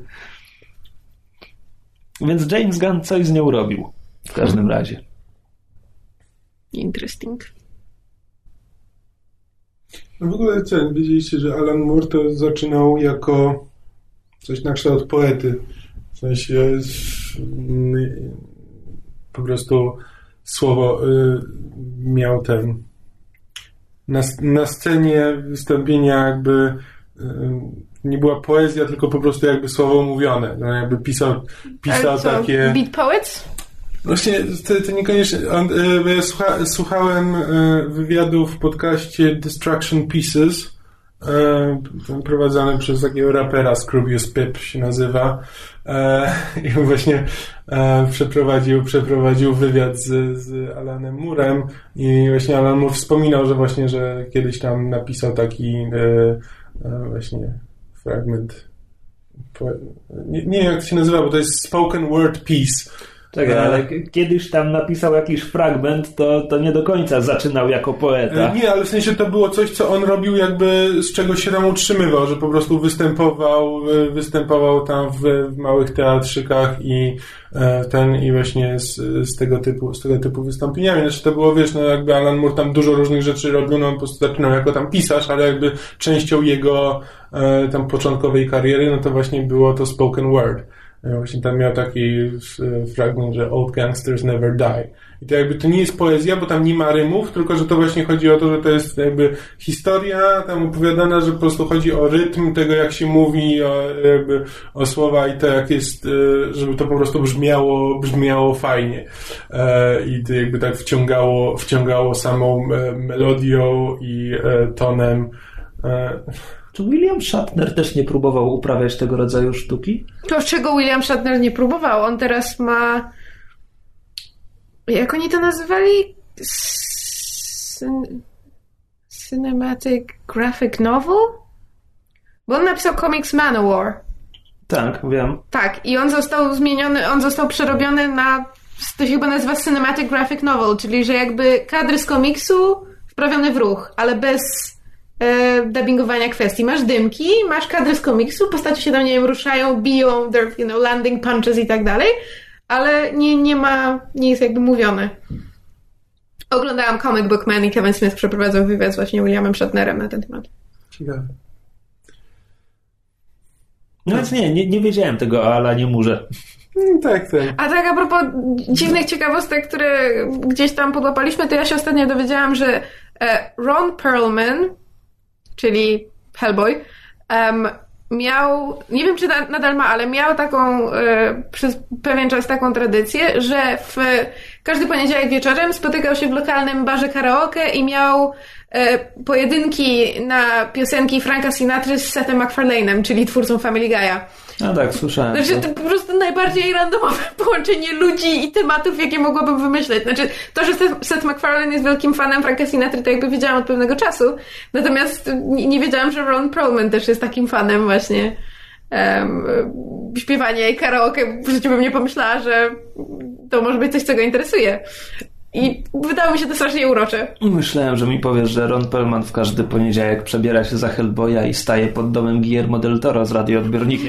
Więc James Gunn coś z nią robił. W każdym razie. Interesting. No w ogóle co, wiedzieliście, że Alan Moore to zaczynał jako coś na kształt poety. W sensie po prostu słowo y, miał ten na, na scenie wystąpienia jakby y, nie była poezja, tylko po prostu jakby słowo mówione. No jakby pisał, pisał co, takie... Beat Poets? Właśnie, to, to niekoniecznie. On, y, ja słucha, słuchałem y, wywiadu w podcaście Destruction Pieces, y, prowadzony przez takiego rapera, Scroobius Pip się nazywa. Y, I właśnie y, przeprowadził, przeprowadził wywiad z, z Alanem Moorem i właśnie Alan Moore wspominał, że właśnie, że kiedyś tam napisał taki y, y, właśnie fragment. Nie, nie wiem jak to się nazywa, bo to jest spoken word piece. Czekaj, ale kiedyś tam napisał jakiś fragment, to, to nie do końca zaczynał jako poeta. Nie, ale w sensie to było coś, co on robił jakby z czego się tam utrzymywał, że po prostu występował, występował tam w, w małych teatrzykach i ten i właśnie z, z tego typu z tego typu wystąpieniami. Znaczy to było, wiesz, no jakby Alan Moore tam dużo różnych rzeczy robił, no on po prostu zaczynał jako tam pisarz, ale jakby częścią jego tam początkowej kariery, no to właśnie było to spoken word. Właśnie tam miał taki fragment, że old gangsters never die. I to jakby to nie jest poezja, bo tam nie ma rymów, tylko że to właśnie chodzi o to, że to jest jakby historia tam opowiadana, że po prostu chodzi o rytm tego, jak się mówi, o, jakby o słowa i to jak jest, żeby to po prostu brzmiało, brzmiało fajnie. I to jakby tak wciągało, wciągało samą melodią i tonem. Czy William Shatner też nie próbował uprawiać tego rodzaju sztuki? To, czego William Shatner nie próbował. On teraz ma... Jak oni to nazywali? Cin... Cinematic Graphic Novel? Bo on napisał Comics Manowar. Tak, wiem. Tak, i on został zmieniony, on został przerobiony na... To się chyba nazywa Cinematic Graphic Novel, czyli że jakby kadry z komiksu wprawione w ruch, ale bez... dubbingowania kwestii. Masz dymki, masz kadry z komiksu, postacie się tam, nie wiem, ruszają, biją, they're, you know, landing punches i tak dalej, ale nie, nie ma, nie jest jakby mówione. Oglądałam Comic Book Man i Kevin Smith przeprowadzał wywiad z właśnie Williamem Shatnerem na ten temat. Ciekawe. No więc nie, nie, nie wiedziałem tego o Alanie Moorze. Tak, tak. A tak a propos dziwnych ciekawostek, które gdzieś tam podłapaliśmy, to ja się ostatnio dowiedziałam, że Ron Perlman, czyli Hellboy, um, miał, nie wiem czy na, nadal ma, ale miał taką e, przez pewien czas taką tradycję, że w każdy poniedziałek wieczorem spotykał się w lokalnym barze karaoke i miał e, pojedynki na piosenki Franka Sinatry z Sethem MacFarlane'em, czyli twórcą Family Guy'a. No tak, słyszałem. Znaczy, to po prostu najbardziej randomowe połączenie ludzi i tematów, jakie mogłabym wymyśleć. Znaczy, to, że Seth MacFarlane jest wielkim fanem Franka Sinatry, to jakby wiedziałam od pewnego czasu. Natomiast nie, nie wiedziałam, że Ron Perlman też jest takim fanem właśnie um, śpiewania i karaoke. W życiu bym nie pomyślała, że to może być coś, co go interesuje. I wydało mi się to strasznie urocze. Myślałem, że mi powiesz, że Ron Perlman w każdy poniedziałek przebiera się za Hellboya i staje pod domem Guillermo del Toro z radioodbiornikiem.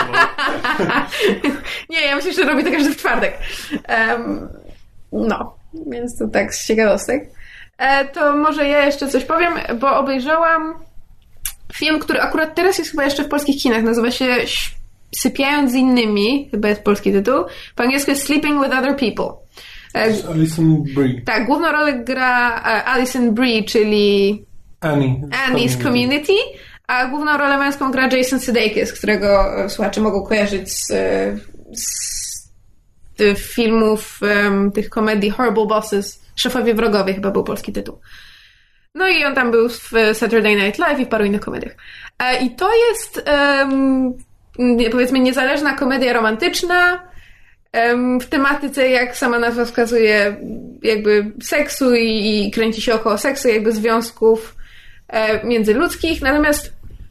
Nie, ja myślę, że robi to każdy w czwartek. Um, no, więc to tak z ciekawostek. E, to może ja jeszcze coś powiem, bo obejrzałam film, który akurat teraz jest chyba jeszcze w polskich kinach. Nazywa się Sypiając z innymi, chyba jest polski tytuł. Po angielsku jest Sleeping with Other People. Alison Brie. Tak, główną rolę gra Alison Brie, czyli Annie. Annie z Community, a główną rolę męską gra Jason Sudeikis, którego słuchacze mogą kojarzyć z, z tych filmów, um, tych komedii Horrible Bosses, Szefowie Wrogowie chyba był polski tytuł. No i on tam był w Saturday Night Live i w paru innych komediach. I to jest um, powiedzmy niezależna komedia romantyczna um, w tematyce, jak sama nazwa wskazuje, jakby seksu i, i kręci się około seksu, jakby związków e, międzyludzkich. Natomiast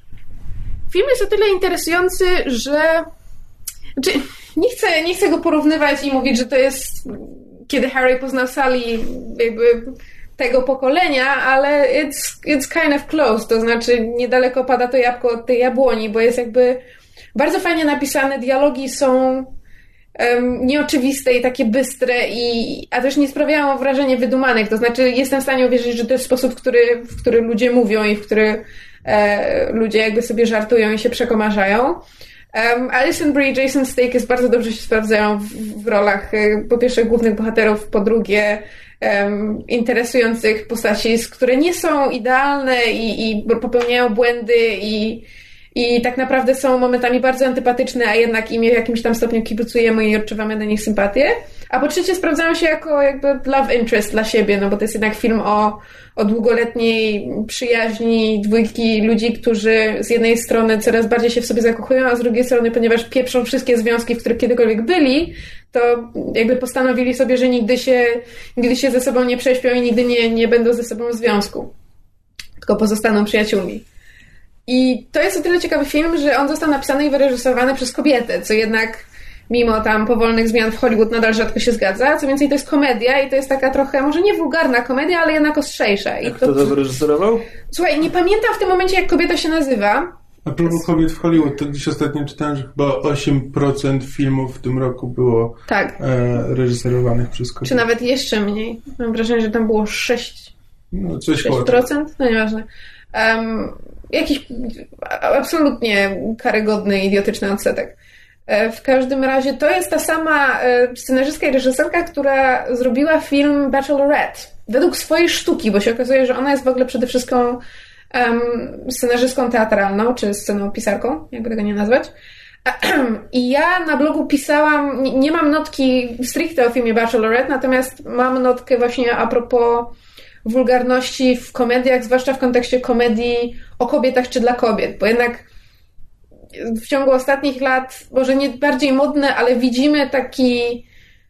film jest o tyle interesujący, że znaczy, nie chcę, nie chcę go porównywać i mówić, że to jest kiedy Harry poznał Sally, jakby tego pokolenia, ale it's, it's kind of close, to znaczy niedaleko pada to jabłko od tej jabłoni, bo jest jakby bardzo fajnie napisane, dialogi są um, nieoczywiste i takie bystre, i, a też nie sprawiają wrażenia wydumanych, to znaczy jestem w stanie uwierzyć, że to jest sposób, w który, w który ludzie mówią i w który e, ludzie jakby sobie żartują i się przekomarzają. Um, Alison Brie i Jason Statham bardzo dobrze się sprawdzają w, w rolach po pierwsze głównych bohaterów, po drugie um, interesujących postaci, które nie są idealne i, i popełniają błędy i, i tak naprawdę są momentami bardzo antypatyczne, a jednak im w jakimś tam stopniu kibicujemy i odczuwamy do nich sympatię. A po trzecie sprawdzają się jako jakby love interest dla siebie, no bo to jest jednak film o, o długoletniej przyjaźni dwójki ludzi, którzy z jednej strony coraz bardziej się w sobie zakochują, a z drugiej strony, ponieważ pieprzą wszystkie związki, w których kiedykolwiek byli, to jakby postanowili sobie, że nigdy się, nigdy się ze sobą nie prześpią i nigdy nie, nie będą ze sobą w związku, tylko pozostaną przyjaciółmi. I to jest o tyle ciekawy film, że on został napisany i wyreżyserowany przez kobietę, co jednak mimo tam powolnych zmian w Hollywood nadal rzadko się zgadza. Co więcej, to jest komedia i to jest taka trochę, może nie wulgarna komedia, ale jednak ostrzejsza. I jak to, kto to wyreżyserował? Słuchaj, nie pamiętam w tym momencie, jak kobieta się nazywa. A propos kobiet w Hollywood, to gdzieś ostatnio czytałem, że chyba osiem procent filmów w tym roku było tak. e, reżyserowanych przez kobiety. Czy nawet jeszcze mniej. Mam wrażenie, że tam było sześć procent. No, coś sześć procent? No nieważne. Um, jakiś absolutnie karygodny, idiotyczny odsetek. W każdym razie to jest ta sama scenarzystka i reżyserka, która zrobiła film Bachelorette. Według swojej sztuki, bo się okazuje, że ona jest w ogóle przede wszystkim um, scenarzystką teatralną, czy scenopisarką, jakby tego nie nazwać. I ja na blogu pisałam, nie, nie mam notki stricte o filmie Bachelorette, natomiast mam notkę właśnie a propos wulgarności w komediach, zwłaszcza w kontekście komedii o kobietach czy dla kobiet, bo jednak w ciągu ostatnich lat, może nie bardziej modne, ale widzimy taki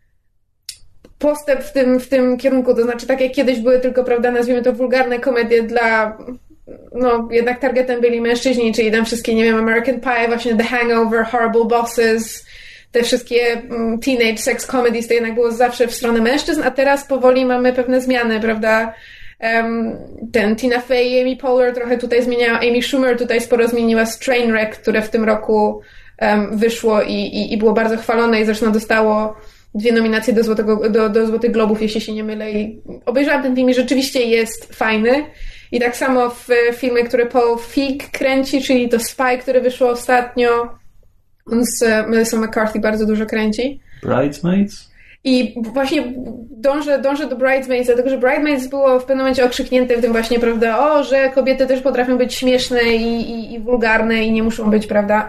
postęp w tym, w tym kierunku, to znaczy tak jak kiedyś były tylko, prawda, nazwijmy to wulgarne komedie dla, no jednak targetem byli mężczyźni, czyli tam wszystkie, nie wiem, American Pie, właśnie The Hangover, Horrible Bosses, te wszystkie teenage sex comedies, to jednak było zawsze w stronę mężczyzn, a teraz powoli mamy pewne zmiany, prawda? Um, ten Tina Fey i Amy Poehler trochę tutaj zmieniają, Amy Schumer tutaj sporo zmieniła z Trainwreck, które w tym roku um, wyszło i, i, i było bardzo chwalone i zresztą dostało dwie nominacje do, Złotego, do, do Złotych Globów, jeśli się nie mylę, i obejrzałam ten film i rzeczywiście jest fajny. I tak samo w filmie, który Paul Feig kręci, czyli to Spy, które wyszło ostatnio, on z Melissa McCarthy bardzo dużo kręci. Bridesmaids? I właśnie dążę, dążę do Bridesmaids, dlatego że Bridesmaids było w pewnym momencie okrzyknięte w tym właśnie, prawda, o, że kobiety też potrafią być śmieszne i, i, i wulgarne i nie muszą być, prawda,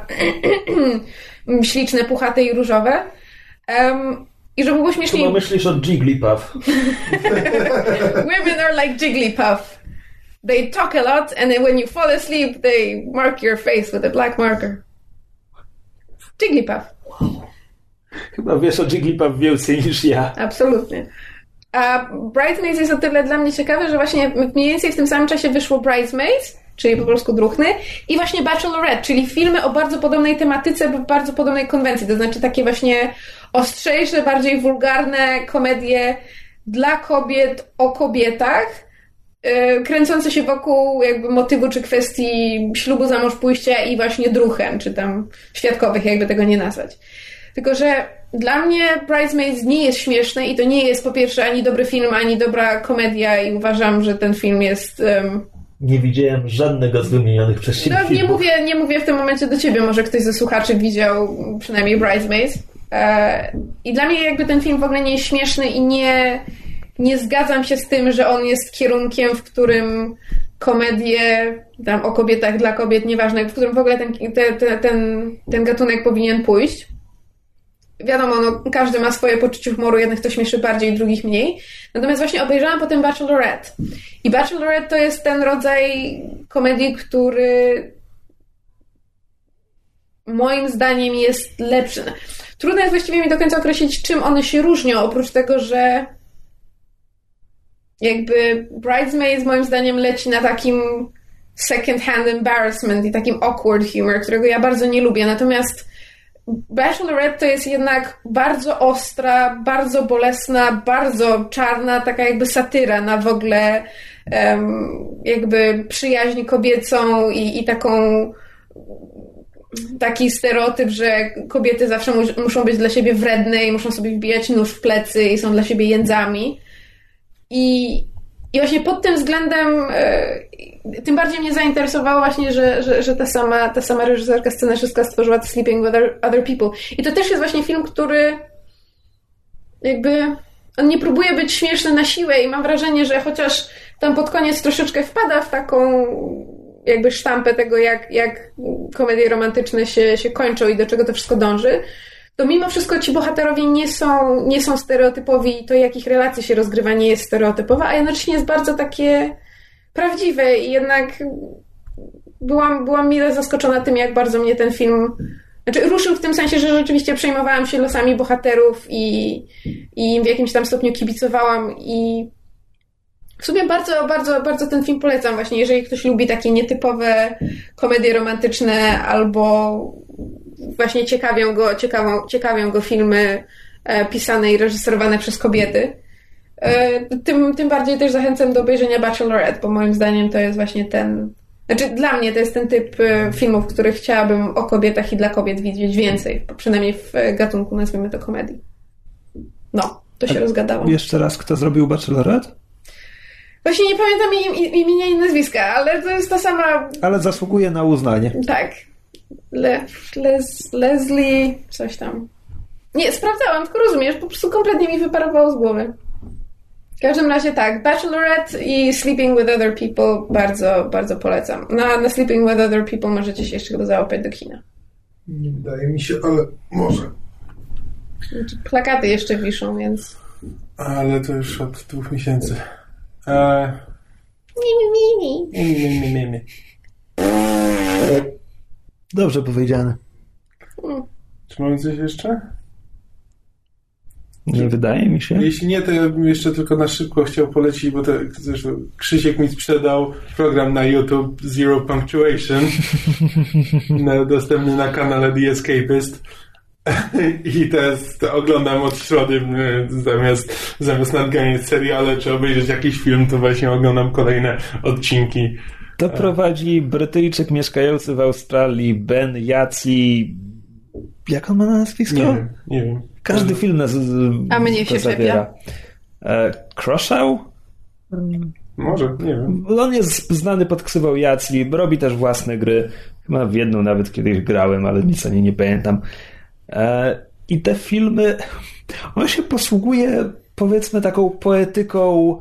śliczne, puchate i różowe. Um, I żeby było śmieszniej... Chyba myślisz o Jigglypuff. Women are like Jigglypuff. They talk a lot and then when you fall asleep they mark your face with a black marker. Jigglypuff. Chyba wiesz o Jigglypuff więcej niż ja. Absolutnie. A Bridesmaids jest o tyle dla mnie ciekawe, że właśnie mniej więcej w tym samym czasie wyszło Bridesmaids, czyli po polsku Druhny, i właśnie Bachelorette, czyli filmy o bardzo podobnej tematyce, bardzo podobnej konwencji, to znaczy takie właśnie ostrzejsze, bardziej wulgarne komedie dla kobiet o kobietach, yy, kręcące się wokół jakby motywu czy kwestii ślubu, za mąż pójścia i właśnie druchen, czy tam świadkowych, jakby tego nie nazwać. Tylko że dla mnie Bridesmaids nie jest śmieszne i to nie jest po pierwsze ani dobry film, ani dobra komedia i uważam, że ten film jest... Um... Nie widziałem żadnego z wymienionych przez ciebie No, nie mówię, nie mówię w tym momencie do ciebie, może ktoś ze słuchaczy widział przynajmniej Bridesmaids. E, I dla mnie jakby ten film w ogóle nie jest śmieszny i nie, nie zgadzam się z tym, że on jest kierunkiem, w którym komedie tam o kobietach dla kobiet, nieważne, w którym w ogóle ten, te, te, ten, ten gatunek powinien pójść. wiadomo, no, każdy ma swoje poczucie humoru, jednych to śmieszy bardziej, drugich mniej. Natomiast właśnie obejrzałam potem Bachelorette. I Bachelorette to jest ten rodzaj komedii, który moim zdaniem jest lepszy. Trudno jest właściwie mi do końca określić, czym one się różnią, oprócz tego, że jakby Bridesmaids moim zdaniem leci na takim second hand embarrassment i takim awkward humor, którego ja bardzo nie lubię. Natomiast Bachelorette to jest jednak bardzo ostra, bardzo bolesna, bardzo czarna, taka jakby satyra na w ogóle um, jakby przyjaźń kobiecą i, i taką taki stereotyp, że kobiety zawsze mu, muszą być dla siebie wredne i muszą sobie wbijać nóż w plecy i są dla siebie jędzami. I, i właśnie pod tym względem e, tym bardziej mnie zainteresowało właśnie, że, że, że ta sama ta sama reżyserka, scenarzystka stworzyła The Sleeping with Other, Other People. I to też jest właśnie film, który jakby on nie próbuje być śmieszny na siłę i mam wrażenie, że chociaż tam pod koniec troszeczkę wpada w taką jakby sztampę tego, jak, jak komedie romantyczne się, się kończą i do czego to wszystko dąży, to mimo wszystko ci bohaterowie nie są, nie są stereotypowi i to, jak ich relacja się rozgrywa, nie jest stereotypowa, a jednocześnie jest bardzo takie prawdziwe i jednak byłam, byłam mile zaskoczona tym, jak bardzo mnie ten film znaczy ruszył w tym sensie, że rzeczywiście przejmowałam się losami bohaterów i, i im w jakimś tam stopniu kibicowałam i w sumie bardzo, bardzo, bardzo ten film polecam właśnie, jeżeli ktoś lubi takie nietypowe komedie romantyczne albo właśnie ciekawią go, ciekawą, ciekawią go filmy e, pisane i reżyserowane przez kobiety. E, tym, tym bardziej też zachęcam do obejrzenia Bachelorette, bo moim zdaniem to jest właśnie ten, znaczy dla mnie to jest ten typ e, filmów, w których chciałabym o kobietach i dla kobiet widzieć więcej, przynajmniej w gatunku, nazwijmy to komedii. No, to się A rozgadało. Jeszcze raz, kto zrobił Bachelorette? Właśnie nie pamiętam im, imienia i nazwiska, ale to jest ta sama... Ale zasługuje na uznanie. Tak. Le, Les, Leslie, coś tam. Nie, sprawdzałam, tylko rozumiesz, po prostu kompletnie mi wyparowało z głowy. W każdym razie tak, Bachelorette i Sleeping with Other People bardzo, bardzo polecam. Na, na Sleeping with Other People możecie się jeszcze chyba załapać do kina. Nie wydaje mi się, ale może. Plakaty jeszcze wiszą, więc... Ale to już od dwóch miesięcy. Eee... Mi, mi, mi, mi. Mi, mi, mi, mi. Dobrze powiedziane. Hmm. Czy mamy coś jeszcze? Nie wydaje mi się. Jeśli nie, to ja bym jeszcze tylko na szybko chciał polecić, bo to zresztą Krzysiek mi sprzedał program na YouTube Zero Punctuation, na, dostępny na kanale The Escapist. I to jest, to oglądam od środy zamiast, zamiast nadganiać seriale czy obejrzeć jakiś film, to właśnie oglądam kolejne odcinki. To prowadzi Brytyjczyk mieszkający w Australii, Ben Yaci. Jak on ma na nazwisko? Nie wiem, nie wiem. Każdy film nas A mnie się zawiera. E, Croshaw? Może, nie wiem. On jest znany pod ksywą Yaci, robi też własne gry. Chyba w jedną nawet kiedyś grałem, ale nic o niej nie pamiętam. E, I te filmy, on się posługuje, powiedzmy, taką poetyką,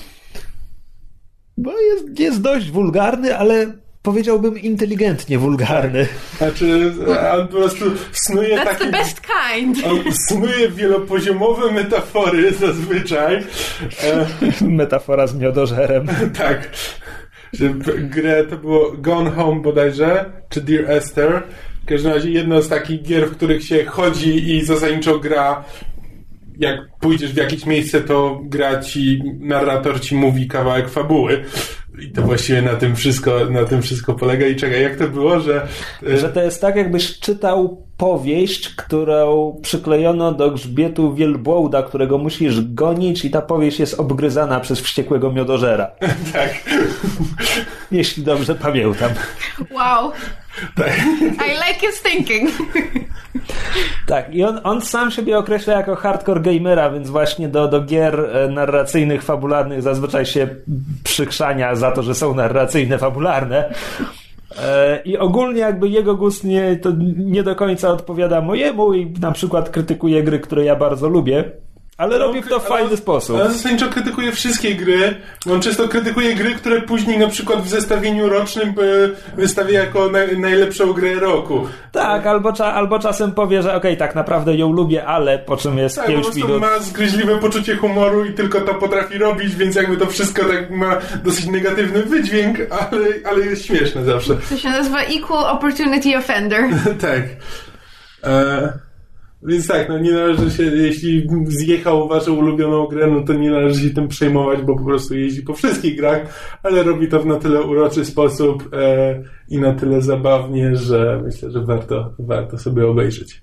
bo jest, jest dość wulgarny, ale powiedziałbym inteligentnie wulgarny. Znaczy, on po prostu snuje That's takie... the best kind. On snuje wielopoziomowe metafory zazwyczaj. E, Metafora z miodożerem. tak. Że grę to było Gone Home bodajże, czy Dear Esther. W każdym razie jedno z takich gier, w których się chodzi i zasadniczo gra, jak pójdziesz w jakieś miejsce, to gra ci, narrator ci mówi kawałek fabuły. I to właściwie na tym wszystko, na tym wszystko polega. I czekaj, jak to było, że... Że to jest tak, jakbyś czytał powieść, którą przyklejono do grzbietu wielbłąda, którego musisz gonić i ta powieść jest obgryzana przez wściekłego miodożera. tak. Jeśli dobrze pamiętam. Wow. Tak. I like his thinking. Tak, i on, on sam siebie określa jako hardcore gamera, więc właśnie do, do gier narracyjnych, fabularnych zazwyczaj się przykrzania za to, że są narracyjne, fabularne. I ogólnie jakby jego gust nie, to nie do końca odpowiada mojemu i na przykład krytykuje gry, które ja bardzo lubię, Ale robi w to w fajny sposób. Ale zasadniczo krytykuje wszystkie gry. On często krytykuje gry, które później na przykład w zestawieniu rocznym wystawia jako naj, najlepszą grę roku. Tak, albo, cza, albo czasem powie, że okej, okay, tak naprawdę ją lubię, ale po czym jest tak, pięć po prostu minut. ma zgryźliwe poczucie humoru i tylko to potrafi robić, więc jakby to wszystko tak ma dosyć negatywny wydźwięk, ale, ale jest śmieszne zawsze. To się nazywa Equal Opportunity Offender. Tak. E... Więc tak, no nie należy się, jeśli zjechał waszą ulubioną grę, no to nie należy się tym przejmować, bo po prostu jeździ po wszystkich grach, ale robi to w na tyle uroczy sposób e, i na tyle zabawnie, że myślę, że warto, warto sobie obejrzeć.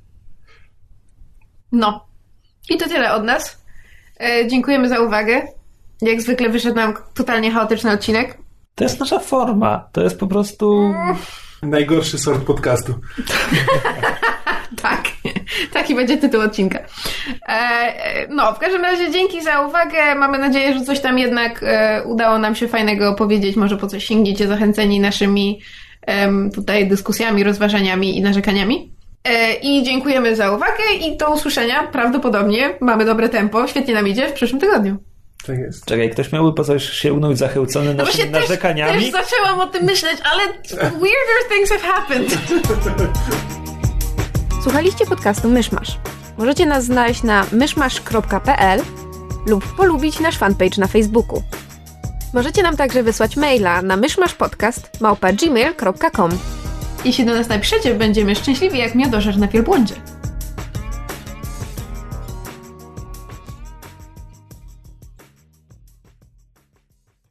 No. I to tyle od nas. E, dziękujemy za uwagę. Jak zwykle wyszedł nam totalnie chaotyczny odcinek. To jest nasza forma. To jest po prostu... Najgorszy sort podcastu. Tak. Taki będzie tytuł odcinka. E, no, w każdym razie dzięki za uwagę. Mamy nadzieję, że coś tam jednak e, udało nam się fajnego powiedzieć. Może po coś sięgniecie zachęceni naszymi e, tutaj dyskusjami, rozważaniami i narzekaniami. E, I dziękujemy za uwagę i do usłyszenia prawdopodobnie. Mamy dobre tempo, świetnie nam idzie w przyszłym tygodniu. Tak jest. Czekaj, ktoś miałby po coś sięgnąć zachęcony no naszymi też, narzekaniami? Też zaczęłam o tym myśleć, ale weirder things have happened. Słuchaliście podcastu Myszmasz. Możecie nas znaleźć na myszmasz kropka p l lub polubić nasz fanpage na Facebooku. Możecie nam także wysłać maila na myszmaszpodcast małpa gmail kropka com. Jeśli do nas napiszecie, będziemy szczęśliwi jak miodożer na wielbłądzie.